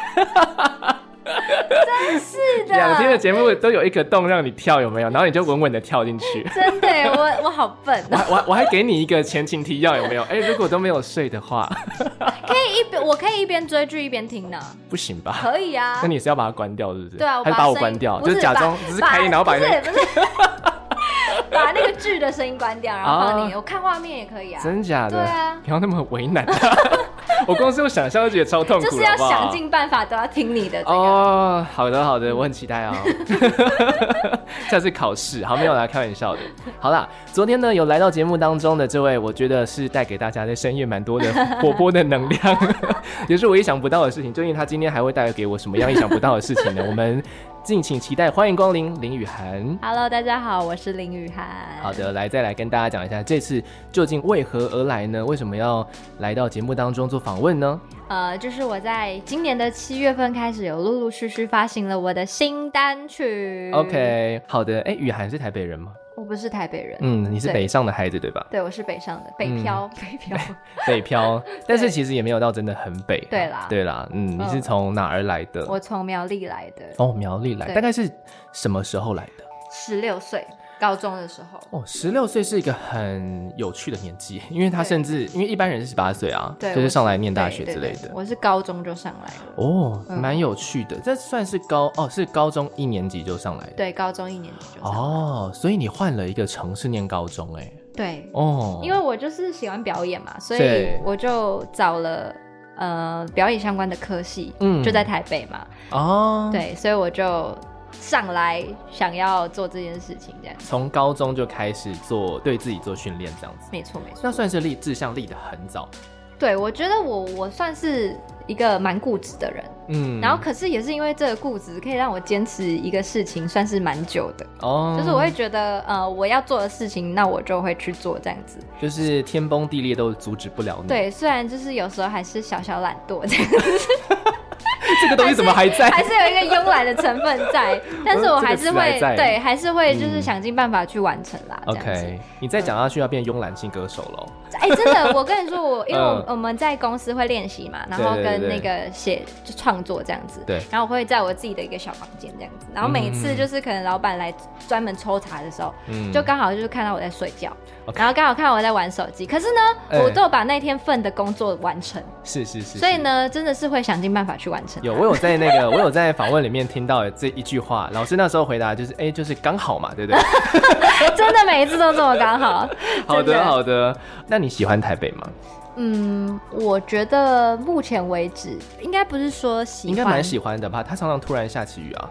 真是的， 两天的节目都有一个洞让你跳，有没有？然后你就稳稳的跳进去。 真的耶，我我好笨、 喔。我我我还给你一个前情提要，有没有？哎、欸，如果都没有睡的话， 可以一边我可以一边追剧一边听呢。 不行吧？ 可以啊。 那你是要把它关掉，是不是？ 对啊，我还是把我关掉？就是假装只是开音，然后把你、那個、 不是不是。把那个剧的声音关掉，然后放你、啊、我看画面也可以啊。 真假的？ 对啊， 不要那么为难、啊。我光是用想象就觉得超痛苦了， 就是要想尽办法都要听你的、這個。 哦，好的好的，我很期待啊、哦。下次考试，好，没有啦，开玩笑的。好啦，昨天呢有来到节目当中的这位，我觉得是带给大家在深夜蛮多的活泼的能量，也是我意想不到的事情。究竟他今天还会带给我什么样意想不到的事情呢？我们敬请期待，欢迎光临林雨涵。 Hello， 大家好，我是林雨涵。 好的，来再来跟大家讲一下，这次究竟为何而来呢？为什么要来到节目当中做访问呢？ 呃，就是我在今年的七月份开始有陆陆续续发行了我的新单曲。 OK， 好的。哎，雨涵是台北人吗？ 我不是台北人。 嗯，你是北上的孩子对吧？ 对，我是北上的，北漂，嗯、北漂， 北漂。但是其实也没有到真的很北。 对啦， 对啦，嗯，你是从哪儿来的？ 我从苗栗来的。 哦，苗栗来，大概是什么时候来的？ 十六岁。高中的时候。 哦，十六岁是一个很有趣的年纪，因为他甚至因为一般人是十八岁啊， 对， 就是上来念大学之类的。 对对对，我是高中就上来了。 哦，蛮、嗯、有趣的，这算是高哦，是高中一年级就上来的。 对，高中一年级就上来。 哦，所以你换了一个城市念高中，哎。 对。 哦。因为我就是喜欢表演嘛，所以我就找了呃表演相关的科系，嗯，就在台北嘛。哦。对，所以我就上来想要做这件事情，这样从高中就开始做对自己做训练，这样子。 没错没错， 那算是立志向立得很早。 对，我觉得我我算是一个蛮固执的人，嗯，然后可是也是因为这个固执，可以让我坚持一个事情，算是蛮久的。哦，就是我会觉得，呃，我要做的事情，那我就会去做，这样子。 就是天崩地裂都阻止不了你。 对，虽然就是有时候还是小小懒惰这样子。 这个东西怎么还在？ 还是, 还是有一个慵懒的成分在，但是我还是会、这个、对，还是会就是想尽办法去完成啦。嗯、 OK， 你再讲下去要变慵懒性歌手喽。 哎、欸，真的，我跟你说，我因为我、嗯、我们在公司会练习嘛，然后跟那个写就创作这样子，对，然后我会在我自己的一个小房间这样子，然后每一次就是可能老板来专门抽查的时候，嗯、就刚好就是看到我在睡觉， okay. 然后刚好看到我在玩手机，可是呢，欸、我都有把那天份的工作完成， 是是 是, 是， 所以呢，真的是会想尽办法去完成。 有，我有在那个，我有在访问里面听到这一句话，老师那时候回答就是，哎、欸，就是刚好嘛，对不对？ 真的每一次都这么刚好。 好的好的，那你喜欢台北吗？ 嗯，我觉得目前为止应该不是说喜欢， 应该蛮喜欢的吧？他常常突然下起雨啊。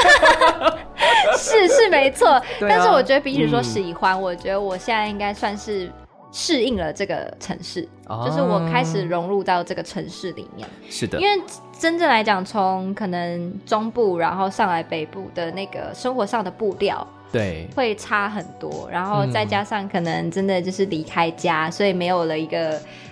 是是没错、啊，但是我觉得比起说喜欢、嗯，我觉得我现在应该算是适应了这个城市、哦，就是我开始融入到这个城市里面。 是的， 因为真正来讲，从可能中部然后上来北部的那个生活上的步调。 对， 会差很多，然后再加上可能真的就是离开家，嗯、所以没有了一个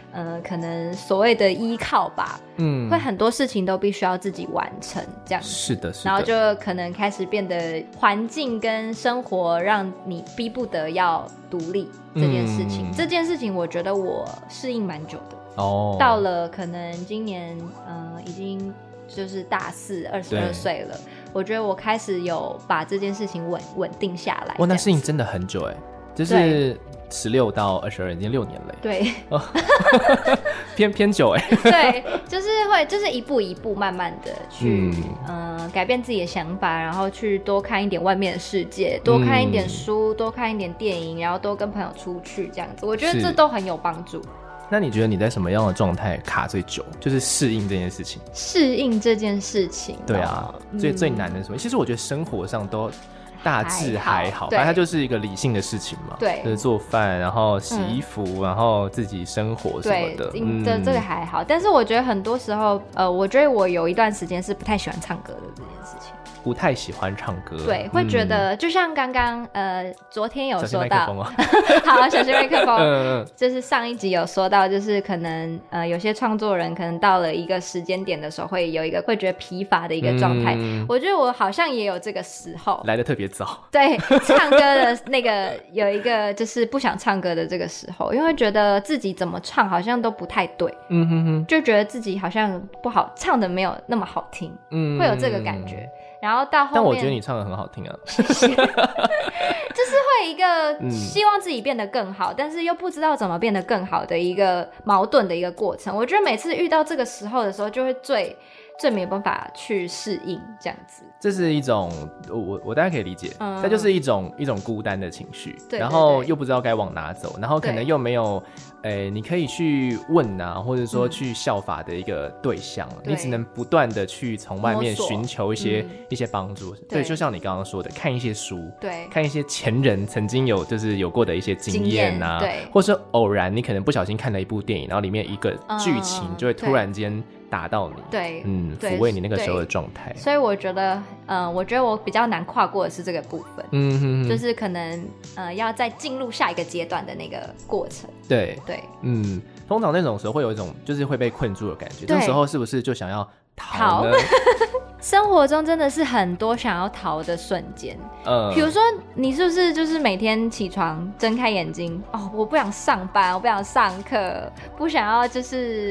呃，可能所谓的依靠吧，嗯，会很多事情都必须要自己完成，这样子。 是的，是的。 然后就可能开始变得环境跟生活让你逼不得要独立这件事情。嗯、这件事情我觉得我适应蛮久的。哦。到了可能今年，嗯、呃，已经就是大四，二十二岁了。我觉得我开始有把这件事情稳稳定下来。 哇，那适应真的很久哎，就是十六到二十二，已经六年了。 对， 哦、偏偏久哎。 对，就是会，就是一步一步慢慢的去，嗯、呃，改变自己的想法，然后去多看一点外面的世界，多看一点书，嗯、多看一点电影，然后多跟朋友出去这样子。我觉得这都很有帮助。 那你觉得你在什么样的状态卡最久？就是适应这件事情。 适应这件事情、哦， 对啊，最、嗯、最难的是什么？其实我觉得生活上都大致还好，反正它就是一个理性的事情嘛。对，就是做饭，然后洗衣服，嗯、然后自己生活什么的。 对，嗯、这这个还好。但是我觉得很多时候，呃，我觉得我有一段时间是不太喜欢唱歌的这件事情。 不太喜欢唱歌， 对，会觉得、嗯、就像刚刚呃，昨天有说到， 小心麦克风啊、 好，小心麦克风，嗯、就是上一集有说到，就是可能呃，有些创作人可能到了一个时间点的时候，会有一个会觉得疲乏的一个状态。嗯、我觉得我好像也有这个时候， 来得特别早。 对，唱歌的那个有一个就是不想唱歌的这个时候，因为觉得自己怎么唱好像都不太对，嗯哼哼，就觉得自己好像不好唱的没有那么好听，嗯，会有这个感觉。然后到后面， 但我觉得你唱得很好听啊， 谢谢。就是会一个希望自己变得更好，嗯、但是又不知道怎么变得更好的一个矛盾的一个过程。我觉得每次遇到这个时候的时候，就会最最没有办法去适应这样子。 这是一种我我大家可以理解，嗯、它就是一种一种孤单的情绪，然后又不知道该往哪走，然后可能又没有。欸、你可以去问啊，或者说去效法的一个对象，嗯、你只能不断的去从外面寻求一些、嗯、一些帮助。对，就像你刚刚说的，看一些书，对，看一些前人曾经有就是有过的一些经验啊，对，或是偶然你可能不小心看了一部电影，然后里面一个剧情就会突然间打到你，对，嗯，抚慰你那个时候的状态。 所以我觉得，呃，我觉得我比较难跨过的是这个部分，嗯哼哼，就是可能呃要再进入下一个阶段的那个过程， 对。对，嗯，通常那种时候会有一种就是会被困住的感觉，这时候是不是就想要逃呢？ 生活中真的是很多想要逃的瞬间，嗯，比如说你是不是就是每天起床睁开眼睛，哦，我不想上班，我不想上课，不想要就是、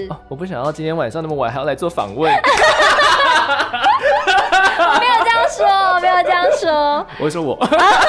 哦、我不想要今天晚上那么晚还要来做访问。 我没有这样说，我没有这样说， 我会说我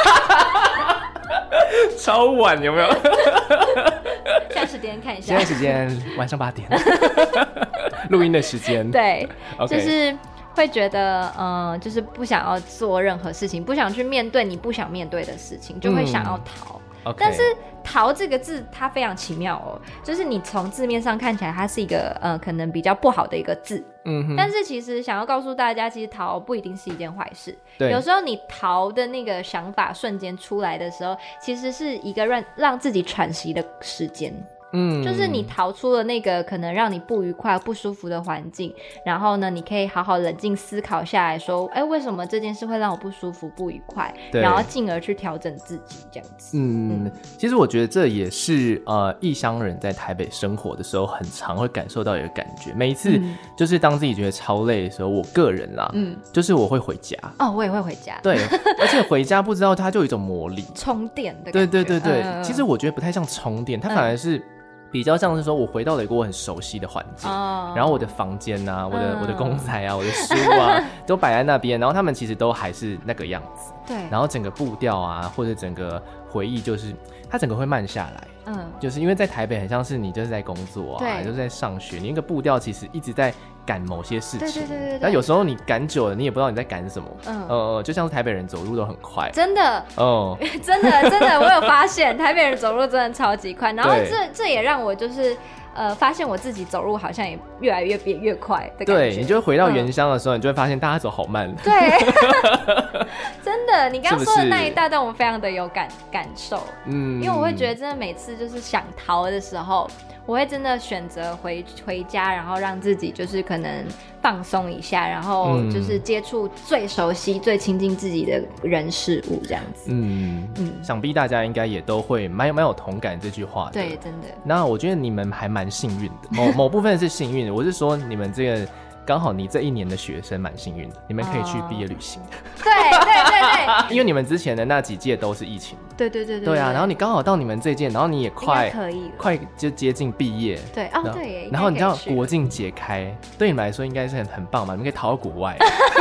超晚有没有？ 现在时间看一下， 现在时间晚上八点，录音的时间。 对， okay. 就是会觉得，嗯、呃，就是不想要做任何事情，不想去面对你不想面对的事情，就会想要逃。嗯 okay. 但是逃这个字它非常奇妙哦，就是你从字面上看起来它是一个呃可能比较不好的一个字，嗯哼，但是其实想要告诉大家，其实逃不一定是一件坏事。对，有时候你逃的那个想法瞬间出来的时候，其实是一个让让自己喘息的时间。嗯，就是你逃出了那个可能让你不愉快不舒服的环境，然后呢你可以好好冷静思考下来说，哎，为什么这件事会让我不舒服不愉快，然后进而去调整自己这样子。 嗯, 嗯其实我觉得这也是呃异乡人在台北生活的时候很常会感受到一个感觉，每一次就是当自己觉得超累的时候，我个人啦，嗯，就是我会回家。 哦，我也会回家。 对，而且回家不知道它就有一种魔力， 充电的感觉。 对对对对、嗯、其实我觉得不太像充电，它反而是、嗯比较像是说我回到了一个我很熟悉的环境、oh. 然后我的房间啊我的、嗯、我的公仔啊我的书啊都摆在那边，然后他们其实都还是那个样子，对，然后整个步调啊或者整个回忆就是它整个会慢下来，嗯，就是因为在台北很像是你就是在工作啊就是在上学，你那个步调其实一直在赶某些事情，对对对对对，但有时候你赶久了你也不知道你在赶什么，嗯呃，就像是台北人走路都很快， 真的哦，真的真的我有发现台北人走路真的超级快，然后这这也让我就是呃发现我自己走路好像也越来越变越快的感觉， 对，你就会回到原乡的时候、嗯、你就会发现大家走好慢， 对真的你刚刚说的那一大段我非常的有感感受，嗯，因为我会觉得真的每次就是想逃的时候我会真的选择回回家，然后让自己就是可能放松一下，然后就是接触最熟悉、最亲近自己的人事物这样子。嗯嗯，想必大家应该也都会蛮有蛮有同感这句话的。 对，真的。 那我觉得你们还蛮幸运的，某某部分是幸运的。我是说你们这个。刚好你这一年的学生蛮幸运的，你们可以去毕业旅行。哦、 对对对对， 因为你们之前的那几届都是疫情。 对对对 对, 对, 对啊，然后你刚好到你们这届，然后你也快可以快就接近毕业。 对哦对耶， 然后你知道国境解开，对你们来说应该是很很棒嘛，你们可以逃到国外。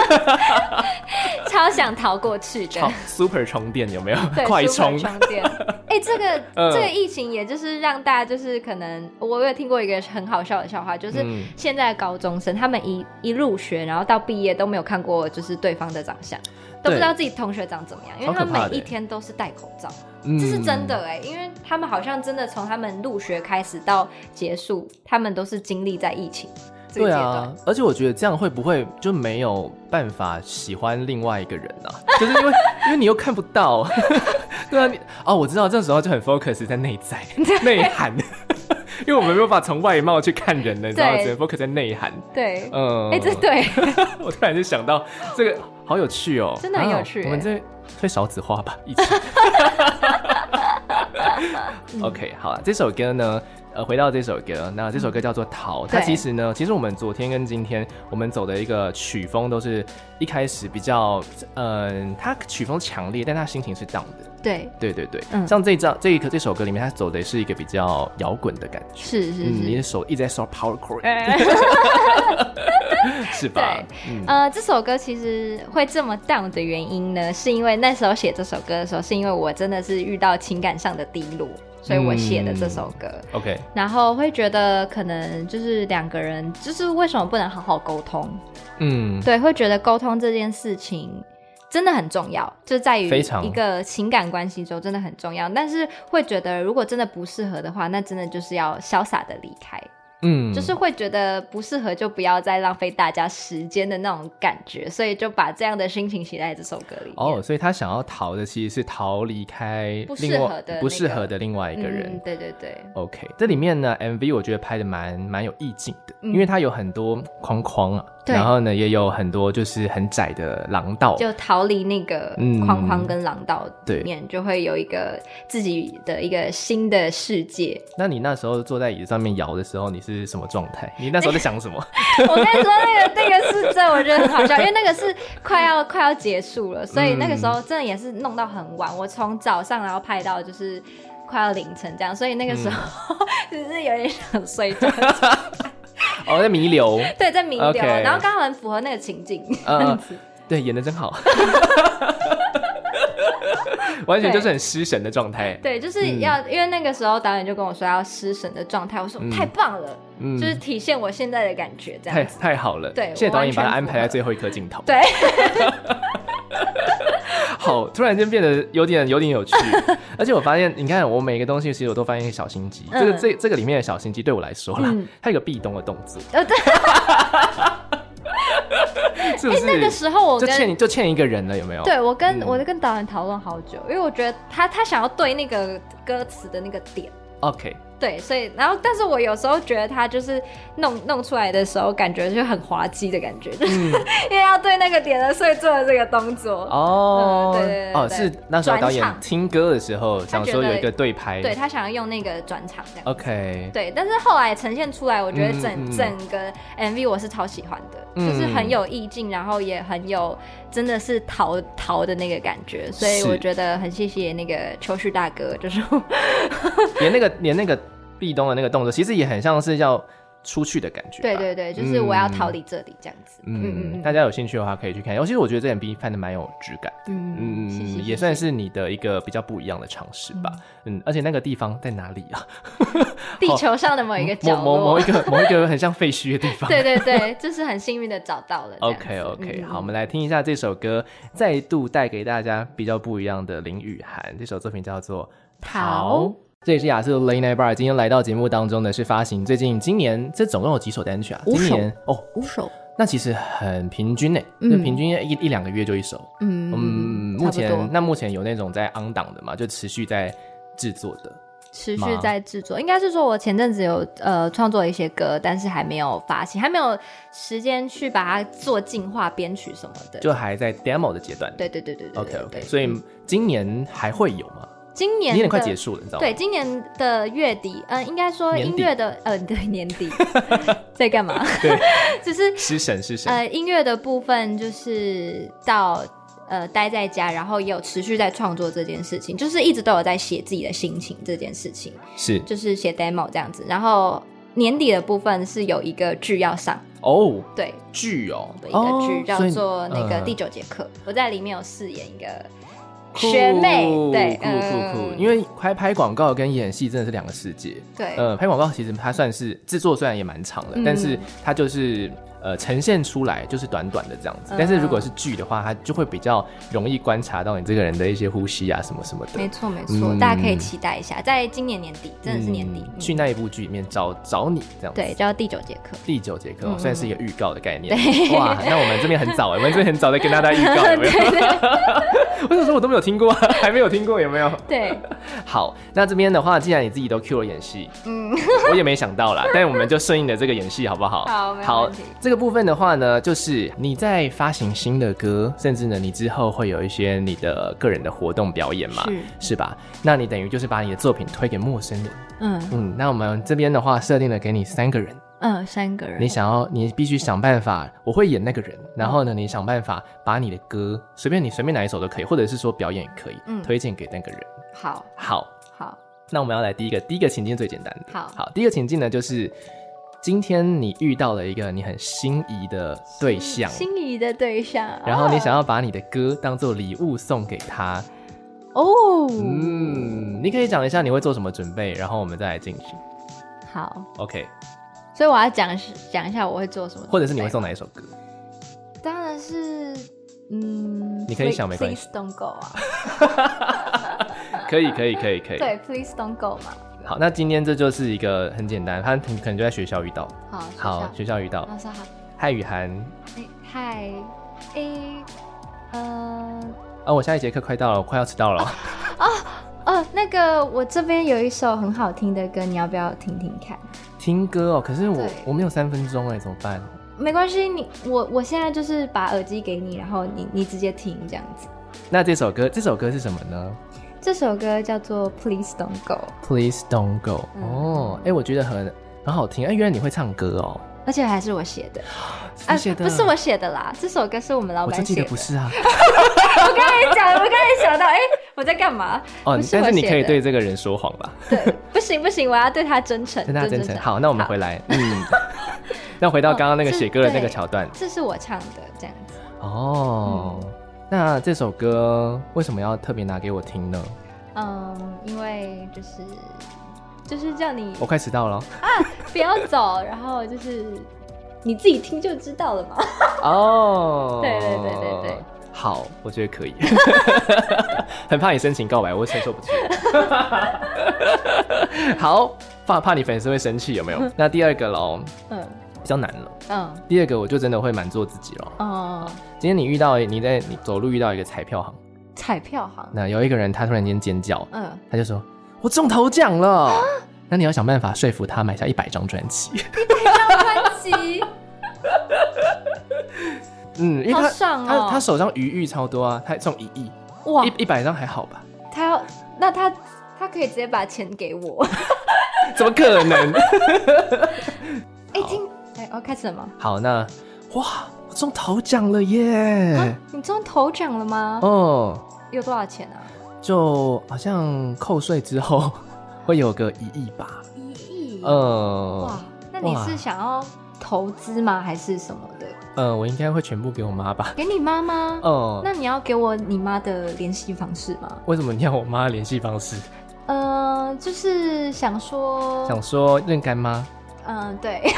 超想逃过去的。 Super 充电有没有？快充充电。哎、欸，这个、嗯、这个疫情也就是让大家就是可能，我有听过一个很好笑的笑话，就是现在的高中生他们一一入学，然后到毕业都没有看过就是对方的长相，都不知道自己同学长怎么样，因为他们每一天都是戴口罩。这是真的哎、欸，因为他们好像真的从他们入学开始到结束，他们都是经历在疫情。 对啊，而且我觉得这样会不会就没有办法喜欢另外一个人啊？就是因为因为你又看不到，对啊，你哦，我知道这时候就很 focus 在内在内涵，因为我们没有办法从外貌去看人了，你知道吗？只能 focus 在内涵。 对，嗯，哎、欸，这对， 我突然就想到这个好有趣哦， 真的很有趣、欸啊。 我们这会少子化吧？一起。OK， 好了，这首歌呢？呃，回到这首歌，那这首歌叫做《逃》，它其实呢，其实我们昨天跟今天我们走的一个曲风都是一开始比较，嗯、呃，它曲风强烈，但它心情是 down 的。 对对对对，嗯、像这一张这一这首歌里面，它走的是一个比较摇滚的感觉， 是是是， 嗯、你的手一直在刷 power chord，、欸、是吧？ 嗯、呃，这首歌其实会这么 down 的原因呢，是因为那时候写这首歌的时候，是因为我真的是遇到情感上的低落。所以我写的这首歌、嗯、 OK， 然后会觉得可能就是两个人就是为什么不能好好沟通，嗯，对，会觉得沟通这件事情真的很重要，就在于一个情感关系中真的很重要，但是会觉得如果真的不适合的话，那真的就是要潇洒的离开，嗯，就是会觉得不适合就不要再浪费大家时间的那种感觉，所以就把这样的心情写在这首歌里面。 哦，所以他想要逃的其实是逃离开不适合的、那个、 不适合的另外一个人、 嗯、对对对 OK， 这里面呢 M V 我觉得拍的蛮蛮有意境的、嗯、因为它有很多框框啊，然后呢也有很多就是很窄的廊道， 就逃离那个框框跟廊道里面、嗯、就会有一个自己的一个新的世界。 那你那时候坐在椅子上面摇的时候你是什么状态？你那时候在想什么？ 我跟你说那个那个是真的我觉得很好笑，因为那个是快要快要结束了，所以那个时候真的也是弄到很晚，我从早上然后拍到就是快要凌晨这样，所以那个时候、嗯、就是有点想睡觉。 哦，在弥留。 对，在弥留、okay. 然后刚好很符合那个情境、呃、 对，演得真好。完全就是很失神的状态。 对，就是要、嗯、因为那个时候导演就跟我说要失神的状态，我说、嗯、太棒了、嗯，就是体现我现在的感觉这样子。 太太好了。 对， 谢谢导演把它安排在最后一颗镜头。 对。 好，突然间变得有点有点有趣，而且我发现，你看我每个东西其实我都发现一个小心机，嗯、这个这这个里面的小心机对我来说啦，嗯、它有个壁咚的动作。哦，对。是不是、 欸、那个时候我跟就欠就欠一个人了，有没有？ 对，我跟、嗯、我跟导演讨论好久，因为我觉得他他想要对那个歌词的那个点 ，OK， 对，所以然后但是我有时候觉得他就是弄弄出来的时候，感觉就很滑稽的感觉，就是、嗯、因为要对那个点了，所以做了这个动作。 哦， 嗯、对, 对, 对, 对哦，是那时候导演听歌的时候想说有一个对拍， 对他想要用那个转场这样 ，OK， 对，但是后来呈现出来，我觉得整、嗯、整个 M V 我是超喜欢的。就是很有意境，然后也很有真的是逃逃的那个感觉，所以我觉得很谢谢那个秋旭大哥，就是连那个连那个壁咚的那个动作，其实也很像是要出去的感觉。 对对对，就是我要逃离这里这样子。 嗯嗯嗯，大家有兴趣的话可以去看。尤其是我觉得这 M V 拍的蛮有质感。嗯嗯，谢谢谢谢，也算是你的一个比较不一样的尝试吧。嗯，而且那个地方在哪里啊？ 地球上的某一个角落， 某某某一个某一个很像废墟的地方。 对对对，就是很幸运的找到了。 OK OK， 好，我们来听一下这首歌，再度带给大家比较不一样的林雨涵。这首作品叫做《逃》。这也是亚瑟的 Late Night Bar， 今天来到节目当中的是发行最近今年这总共有几首单曲啊？ 五首。 今年哦，五首。 那其实很平均诶，嗯、就平均一一两个月就一首。嗯嗯，目前那目前有那种在 on 档的嘛，就持续在制作的。 持续在制作，应该是说我前阵子有呃创作一些歌，但是还没有发行，还没有时间去把它做进化编曲什么的， 就还在 demo 的阶段。 对对对对对 OK OK， 所以今年还会有吗？ 今年今年快结束了，你知道吗？ 对，今年的月底，嗯、呃，应该说音乐的，呃，对，年底在干嘛？ 对， 就是失神失神。 呃，音乐的部分就是到呃待在家，然后也有持续在创作这件事情，就是一直都有在写自己的心情这件事情， 是， 就是写 demo 这样子。然后年底的部分是有一个剧要上哦， 对， 剧哦， 一个剧、哦、叫做那个第九节课、呃，我在里面有饰演一个。学妹，对， 酷酷酷，因为拍拍广告跟演戏真的是两个世界。 对， 呃，拍广告其实它算是制作虽然也蛮长的、嗯，但是它就是呃呈现出来就是短短的这样子。嗯、但是如果是剧的话，它就会比较容易观察到你这个人的一些呼吸啊什么什么的。 没错没错、嗯，大家可以期待一下，在今年年底，真的是年底、 嗯、去那一部剧里面找找你这样子。 对，叫第九节课。 第九节课、哦嗯、算是一个预告的概念。 对， 哇，那我们这边很早，我们这边很早在跟大家预告，有没有？对对我想说我都没有听过，还没有听过，有没有？ 对， 好，那这边的话，既然你自己都 cue 了演戏，嗯，我也没想到啦，但我们就顺应了这个演戏，好不好？ 好，没有问题。 这个部分的话呢，就是你在发行新的歌，甚至呢，你之后会有一些你的个人的活动表演嘛，是, 是吧？那你等于就是把你的作品推给陌生人，嗯嗯。那我们这边的话，设定了给你三个人。 嗯，三个人， 你想要，你必须想办法，我会演那个人，然后呢，你想办法把你的歌，随便你随便哪一首都可以，或者是说表演也可以，嗯，推荐给那个人。 好， 好， 好， 那我们要来第一个，第一个情境最简单的， 好， 好，第一个情境呢，就是今天你遇到了一个你很心仪的对象， 心仪的对象， 然后你想要把你的歌当做礼物送给他， 哦， 嗯，你可以讲一下你会做什么准备，然后我们再来进行。 好 ，OK。 所以我要讲讲一下我会做什么， 或者是你会送哪一首歌？ 当然是，嗯， 你可以想没关系。 Please Don't Go 啊， 可以可以可以可以。 对 Please Don't Go 嘛。 好，那今天这就是一个很简单，他可能就在学校遇到。 好， 好，学校遇到。 他说好。 嗨，雨涵。 嗨，诶，呃， 啊，我下一节课快到了，我快要迟到了。 哦哦，那个我这边有一首很好听的歌，你要不要听听看？ 听歌哦，可是我我没有三分钟哎，怎么办？ 没关系，你我我现在就是把耳机给你，然后你你直接听这样子。 那这首歌这首歌是什么呢？ 这首歌叫做 Please Don't Go。Please Don't Go、嗯、哦，哎，我觉得很很好听，哎，原来你会唱歌哦， 而且还是我写的。 你写的、 啊？不是我写的啦，这首歌是我们老板写的。 我记得不是啊。 我刚才讲，我刚才想到，哎、欸，我在干嘛？ 哦，但是你可以对这个人说谎吧？ 对，不行不行，我要对他真诚， 对他真诚。好，那我们回来，嗯，那回到刚刚那个写歌的那个桥段、哦这，这是我唱的，这样子。 哦、嗯，那这首歌为什么要特别拿给我听呢？ 嗯，因为就是就是叫你， 我快迟到了啊，不要走，然后就是你自己听就知道了嘛。 哦， 对对对对对。 好，我觉得可以。很怕你深情告白，我承受不住。好，怕怕你粉丝会生气，有没有？那第二个咯，嗯，比较难了。嗯，第二个我就真的会蛮做自己了。哦，今天你遇到你在你走路遇到一个彩票行， 彩票行， 那有一个人他突然间尖叫，嗯，他就说我中头奖了。啊、那你要想办法说服他买下一百张专辑。 一百张专辑。 嗯，因为他好爽哦、 他他手上余裕超多啊，他中一亿，哇，一一百张还好吧？ 他要那他他可以直接把钱给我， 怎么可能？ 哎、欸，听，哎、欸，我开始了吗？ 好，那哇，我中头奖了耶！ 啊、你中头奖了吗？ 哦， 有多少钱啊？ 就好像扣税之后会有个一亿吧。 一亿？ 嗯， 哇，那你是想要投资吗？还是什么的？ 呃，我应该会全部给我妈吧。 给你妈吗？ 嗯， 那你要给我你妈的联系方式吗？ 为什么你要我妈的联系方式？ 呃，就是想说， 想说认干妈。 嗯，对。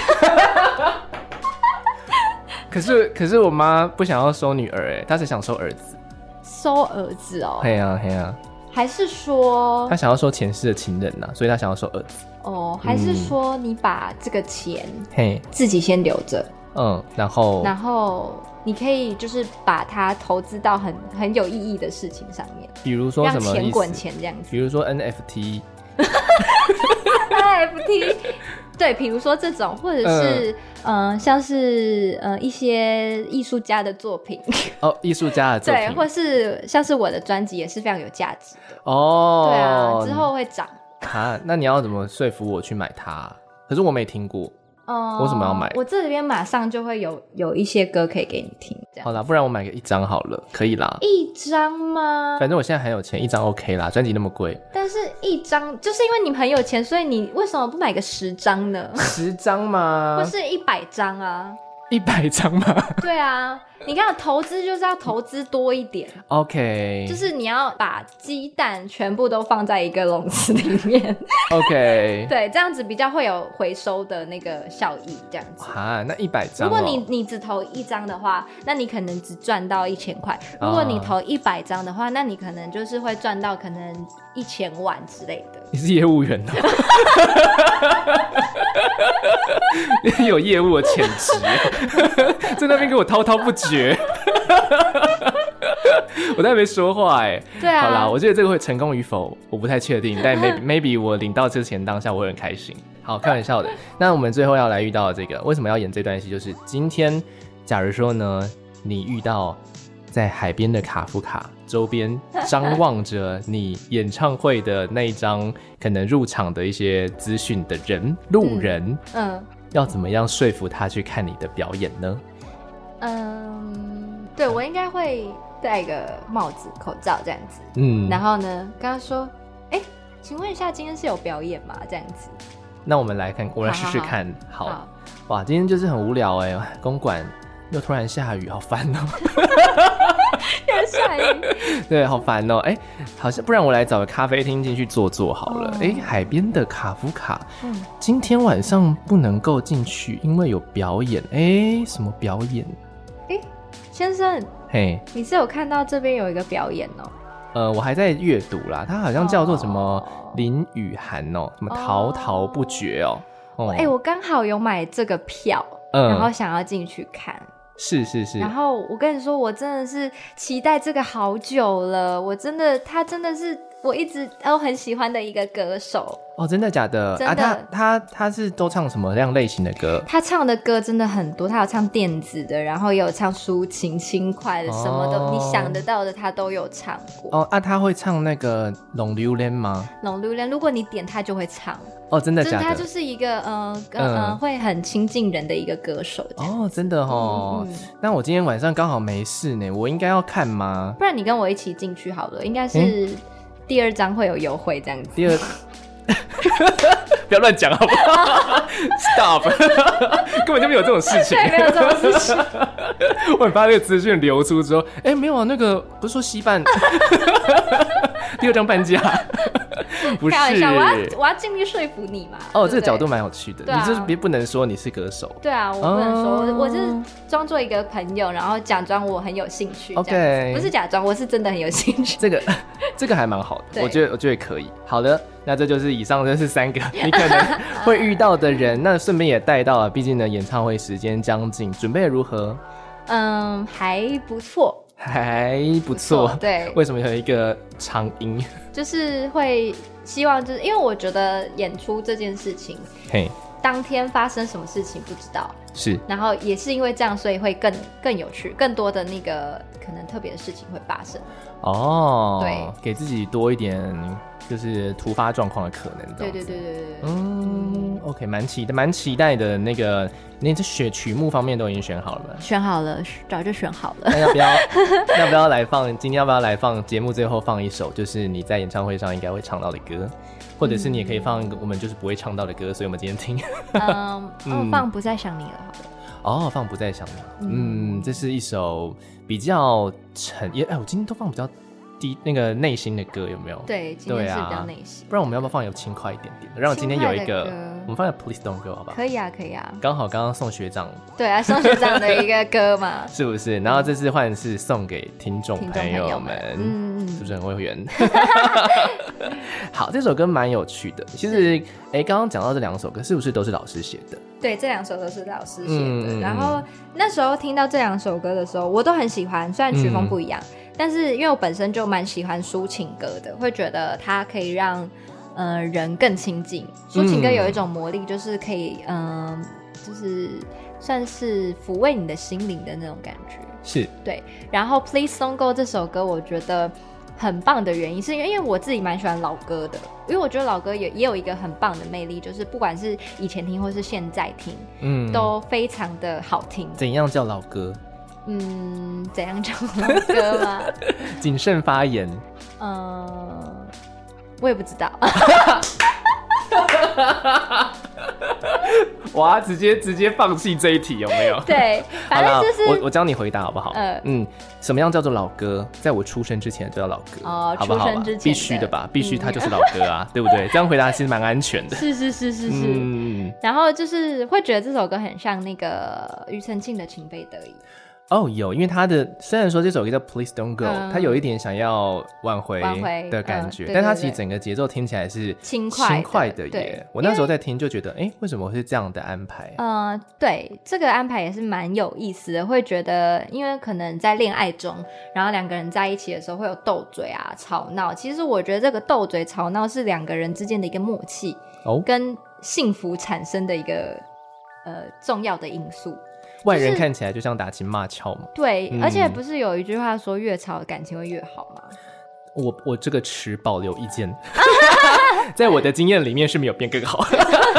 可是可是我妈不想要收女儿，哎，她是想收儿子。 收儿子哦？ 嘿啊嘿啊。 还是说她想要收前世的情人呐、啊，所以她想要收儿子。 哦，还是说你把这个钱嘿自己先留着？ 嗯，然后然后你可以就是把它投资到很很有意义的事情上面， 比如说什么让钱滚钱这样子。 比如说 N F T， ，I F T。对，比如说这种，或者是嗯、呃，像是呃一些艺术家的作品哦，艺术家的作品， 对，或是像是我的专辑也是非常有价值的哦。 对啊，之后会涨啊。那你要怎么说服我去买它？可是我没听过。嗯，我为什么要买？ 我这边马上就会有有一些歌可以给你听，这样。 好啦，不然我买个一张好了，可以啦。 一张吗？ 反正我现在很有钱，一张 OK 啦，专辑那么贵。 但是一张就是因为你很有钱，所以你为什么不买个十张呢？ 十张吗？ 或是一百张啊？ 一百张吗？ 对啊，你看投资就是要投资多一点 OK， 就是你要把鸡蛋全部都放在一个笼子里面 OK 对，这样子比较会有回收的那个效益，这样子啊。那一百张、哦、 如果你你只投一张的话，那你可能只赚到一千块，如果你投一百张的话，那你可能就是会赚到可能一千万之类的。 你是业务员哦你有业务的潜质在那边给我滔滔不绝我都还没说话哎。 对啊， 好啦，我觉得这个会成功与否我不太确定，但 maybe, maybe 我领到这钱当下我会很开心。好，开玩笑的。那我们最后要来遇到的这个，为什么要演这段戏，就是今天假如说呢，你遇到在海边的卡夫卡周边张望着你演唱会的那一张可能入场的一些资讯的人路人，嗯，嗯要怎么样说服他去看你的表演呢？ 嗯，对，我应该会戴个帽子口罩这样子，嗯，然后呢跟他说哎，请问一下今天是有表演吗？这样子。 那我们来看，我来试试看。好, 好, 好, 好哇，今天就是很无聊哎，公馆又突然下雨，好烦哦又下雨对，好烦哦。哎，好像不然我来找个咖啡厅进去坐坐好了。哎、哦，海边的卡夫卡、嗯、今天晚上不能够进去，因为有表演。哎，什么表演？ 哎，先生， 嘿， 你是有看到这边有一个表演哦？ 呃，我还在阅读啦，它好像叫做什么林雨涵哦，什么滔滔不绝哦。 哎、哦欸，我刚好有买这个票，嗯，然后想要进去看。 是是是。 然后我跟你说，我真的是期待这个好久了，我真的，他真的是我一直都很喜欢的一个歌手。 哦，真的假的？ 真的。 啊、他他他是都唱什么样类型的歌？ 他唱的歌真的很多，他有唱电子的，然后也有唱抒情轻快的，什么的、哦、你想得到的他都有唱过。 哦啊，他会唱那个《龙榴莲》吗？ 龙榴莲，如果你点他就会唱。 哦，真的假的？ 他就是一个呃呃、嗯、会很亲近人的一个歌手。 哦，真的哦、嗯嗯。那我今天晚上刚好没事呢，我应该要看吗？ 不然你跟我一起进去好了，应该是第二张会有优惠这样子。 第二。不要乱讲好不好？Stop， 根本就没有这种事情， 对，没有这种事情。 我很怕这个资讯流出之后，哎、欸，没有啊，那个不是说西半第二张半价，不是。开玩笑，我要我要尽力说服你嘛。 哦，这个角度蛮有趣的、啊，你就是别不能说你是歌手。 对啊，我不能说，哦、我就是装作一个朋友，然后假装我很有兴趣。 OK， 不是假装，我是真的很有兴趣。 这个这个还蛮好的，我觉得我觉得可以。好的。那这就是以上这是三个你可能会遇到的人，那顺便也带到了，毕竟呢演唱会时间将近，准备如何？ 嗯，还不错， 还不错。 对， 为什么有一个长音？ 就是会希望，就是因为我觉得演出这件事情，嘿，当天发生什么事情不知道， 是， 然后也是因为这样，所以会更更有趣，更多的那个可能特别的事情会发生。 哦， 对， 给自己多一点。就是突发状况的可能， 对对对对对， 嗯 ，OK， 蛮期待，蛮期待的。那个，你这选曲目方面都已经选好了吗？ 选好了，早就选好了。 那要不要要不要来放？今天要不要来放节目最后放一首，就是你在演唱会上应该会唱到的歌，或者是你也可以放我们就是不会唱到的歌，所以我们今天听。 嗯，哦，放不再想你了，好了。哦，放不再想你了。嗯，这是一首比较沉，也哎，我今天都放比较。低那个内心的歌有没有？ 对，今天是比较内心、啊。 不然我们要不要放有轻快一点点的？让我今天有一个，我们放个 Please Don't Go 好不好？ 可以啊，可以啊。 刚好刚刚送学长。 对啊，送学长的一个歌嘛。 是不是？然后这次换是送给听众朋友们，嗯，是不是很会圆？好，这首歌蛮有趣的。其实，哎，刚刚讲到这两首歌，是不是都是老师写的？ 对，这两首都是老师写的。嗯、然后那时候听到这两首歌的时候，我都很喜欢，虽然曲风不一样。嗯，但是因为我本身就蛮喜欢抒情歌的，会觉得它可以让呃人更亲近。抒情歌有一种魔力，就是可以嗯、呃，就是算是抚慰你的心灵的那种感觉。 是， 对。然后 Please Don't Go 这首歌我觉得很棒的原因是因为因为我自己蛮喜欢老歌的，因为我觉得老歌也也有一个很棒的魅力，就是不管是以前听或是现在听，嗯，都非常的好听。 怎样叫老歌？ 嗯，怎样叫老歌吗？ 谨慎发言。 嗯，我也不知道。 哇，直接直接放弃这一题有没有？ 对，反正就是我我教你回答好不好？呃、嗯，什么样叫做老歌？在我出生之前就叫老歌哦，好不好？出生之前必须的吧？必须，它就是老歌啊，嗯、对不对？这样回答其实蛮安全的。 是是是是是。嗯，然后就是会觉得这首歌很像那个庾澄庆的《情非得已》。 哦，有，因为他的虽然说这首歌叫 Please Don't Go，他、嗯、有一点想要挽回的感觉，嗯、对对对，但他其实整个节奏听起来是轻快的, 轻快的耶。我那时候在听就觉得，哎，为什么会是这样的安排？ 嗯、呃，对，这个安排也是蛮有意思的，会觉得，因为可能在恋爱中，然后两个人在一起的时候会有斗嘴啊、吵闹。其实我觉得这个斗嘴、吵闹是两个人之间的一个默契，哦，跟幸福产生的一个呃重要的因素。 外人看起来就像打情骂俏嘛， 对、嗯，而且不是有一句话说越吵感情会越好吗？ 我我这个持保留意见，在我的经验里面是没有变更好。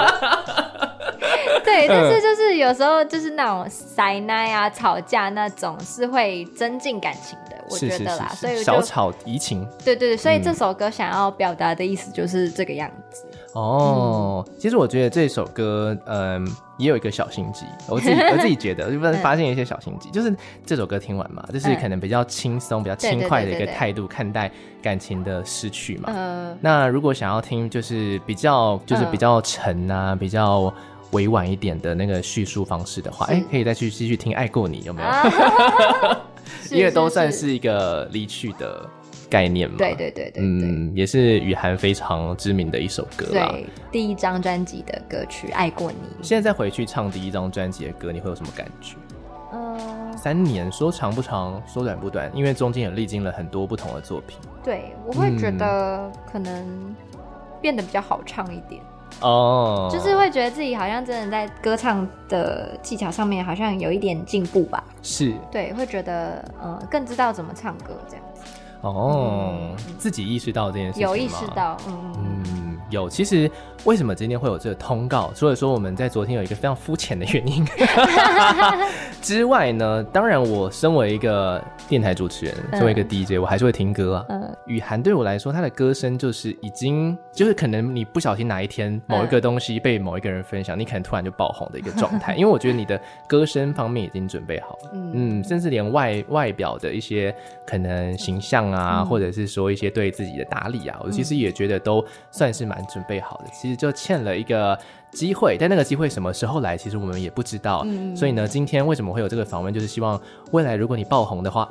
对，但是就是有时候就是那种塞奶啊、吵架那种是会增进感情的，我觉得啦， 是是是是， 所以就小吵怡情。 对对对，所以这首歌想要表达的意思就是这个样子。 哦、嗯，其实我觉得这首歌，嗯，也有一个小心机，我自己我自己觉得，就发现一些小心机，就是这首歌听完嘛，就是可能比较轻松、嗯、比较轻快的一个态度看待感情的失去嘛。嗯，那如果想要听就是比较就是比较沉啊、嗯，比较委婉一点的那个叙述方式的话，哎，可以再去继续听《爱过你》，有没有？啊、因为都算是一个离去的概念嘛， 对对对 对, 对， 嗯，也是雨涵非常知名的一首歌啦， 对，第一张专辑的歌曲《爱过你》。 现在再回去唱第一张专辑的歌，你会有什么感觉？呃，三年说长不长，说短不短，因为中间也历经了很多不同的作品。 对，我会觉得可能变得比较好唱一点。 哦、 oh. 就是会觉得自己好像真的在歌唱的技巧上面好像有一点进步吧。 是， 对，会觉得呃更知道怎么唱歌这样子。 哦、嗯，自己意识到这件事情吗？ 有意识到，嗯嗯，有。其实为什么今天会有这个通告？除了说我们在昨天有一个非常肤浅的原因之外呢，当然我身为一个电台主持人，身为一个 D J，、嗯、我还是会听歌啊。嗯，雨涵对我来说，他的歌声就是已经就是可能你不小心哪一天某一个东西被某一个人分享，嗯、你可能突然就爆红的一个状态。因为我觉得你的歌声方面已经准备好了，嗯, 嗯，甚至连外外表的一些可能形象啊、嗯，或者是说一些对自己的打理啊，我其实也觉得都算是蛮准备好的。其实就欠了一个机会，但那个机会什么时候来，其实我们也不知道。嗯，所以呢，今天为什么会有这个访问，就是希望未来如果你爆红的话，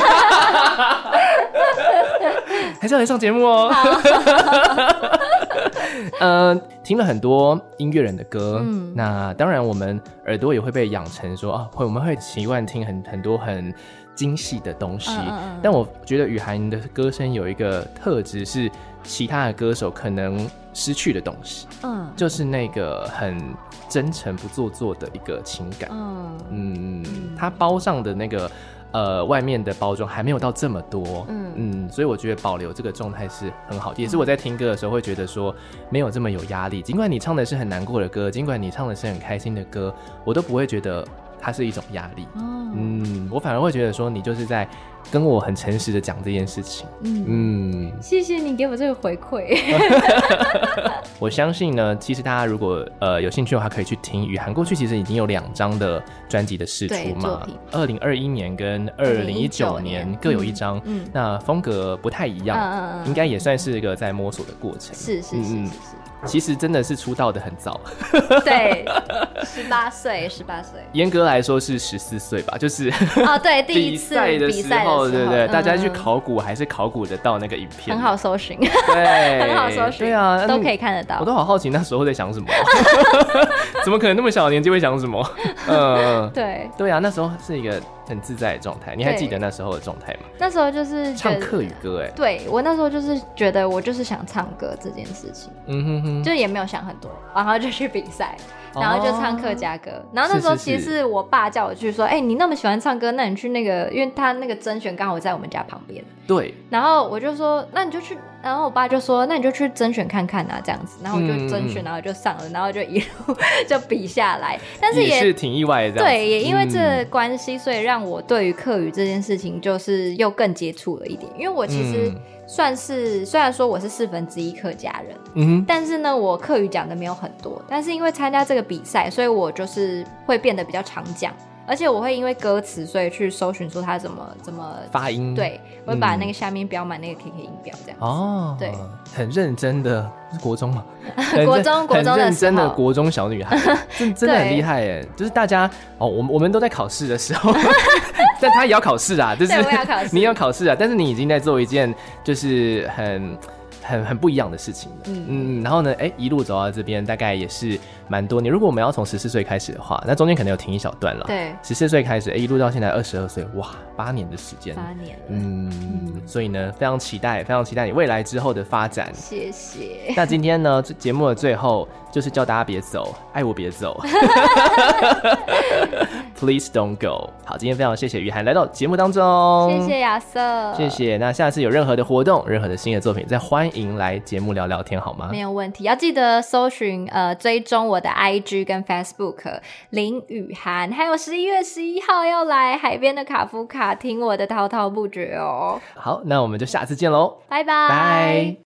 还是要来上节目哦。呃，听了很多音乐人的歌，嗯，那当然我们耳朵也会被养成说啊，我们会习惯听很很多很精细的东西，嗯嗯嗯，但我觉得雨涵的歌声有一个特质是其他的歌手可能失去的东西，嗯，就是那个很真诚不做作的一个情感，嗯嗯，它包上的那个呃外面的包装还没有到这么多，嗯嗯，所以我觉得保留这个状态是很好，也是我在听歌的时候会觉得说没有这么有压力，尽管你唱的是很难过的歌，尽管你唱的是很开心的歌，我都不会觉得它是一种压力，哦，嗯，我反而会觉得说你就是在跟我很诚实的讲这件事情，嗯嗯， 谢谢你给我这个回馈。 我相信呢，其实大家如果呃有兴趣的话，可以去听雨涵过去其实已经有两张的专辑的释出嘛，二零二一年跟二零一九年各有一张，嗯嗯，那风格不太一样，嗯嗯嗯，应该也算是一个在摸索的过程， 是是是是是。嗯， 其实真的是出道的很早， 对，十八岁，十八岁， 严格来说是十四岁吧，就是哦，对，第一次比赛的时候，对不对？ 嗯， 大家去考古还是考古得到那个影片， 很好搜寻， 对， 很好搜寻， 对啊， 都可以看得到。 我都好好奇那时候在想什么，怎么可能那么小的年纪会想什么？ 嗯， 对对啊，那时候是一个很自在的状态。你还记得那时候的状态吗？ 那时候就是唱客语歌，哎， 对我那时候就是觉得我就是想唱歌这件事情，嗯哼哼，就也没有想很多，然后就去比赛。然后就唱客家歌、哦、然后那时候其实是我爸叫我去说，哎、欸，你那么喜欢唱歌，那你去那个，因为他那个甄选刚好在我们家旁边， 对， 然后我就说那你就去，然后我爸就说那你就去甄选看看啊这样子，然后我就甄选、嗯、然后就上了，然后就一路就比下来，但是 也, 也是挺意外的这样子， 对，也因为这个关系、嗯、所以让我对于客语这件事情就是又更接触了一点，因为我其实、嗯算是虽然说我是四分之一客家人、嗯、但是呢我客语讲的没有很多，但是因为参加这个比赛，所以我就是会变得比较常讲，而且我会因为歌词所以去搜寻说它怎么怎么发音，对， 我会把那个下面标满那个 K K 音标这样子、哦、对， 很认真的，是国中吗？ 国中国中的时候很认真的国中小女孩真, 真的很厉害耶，就是大家哦，我们我们都在考试的时候但他也要考试啊，就是你也要考试啊，但是你已经在做一件就是很很很不一样的事情了，嗯嗯，然后呢，哎，一路走到这边，大概也是蛮多年。如果我们要从十四岁开始的话，那中间可能有停一小段了。 对， 十四岁开始，哎，一路到现在二十二岁，哇，八年的时间， 八年了， 嗯，嗯所以呢，非常期待，非常期待你未来之后的发展。 谢谢。 那今天呢，节目的最后就是叫大家别走，爱我别走，Please don't go。好，今天非常谢谢雨涵来到节目当中， 谢谢亚瑟， 谢谢。那下次有任何的活动，任何的新的作品，再欢迎来节目聊聊天好吗？ 没有问题，要记得搜寻呃追踪我的 I G 跟 Facebook 林雨涵，还有十一月十一号要来海边的卡夫卡听我的滔滔不绝哦。 好，那我们就下次见喽， 拜拜。 拜。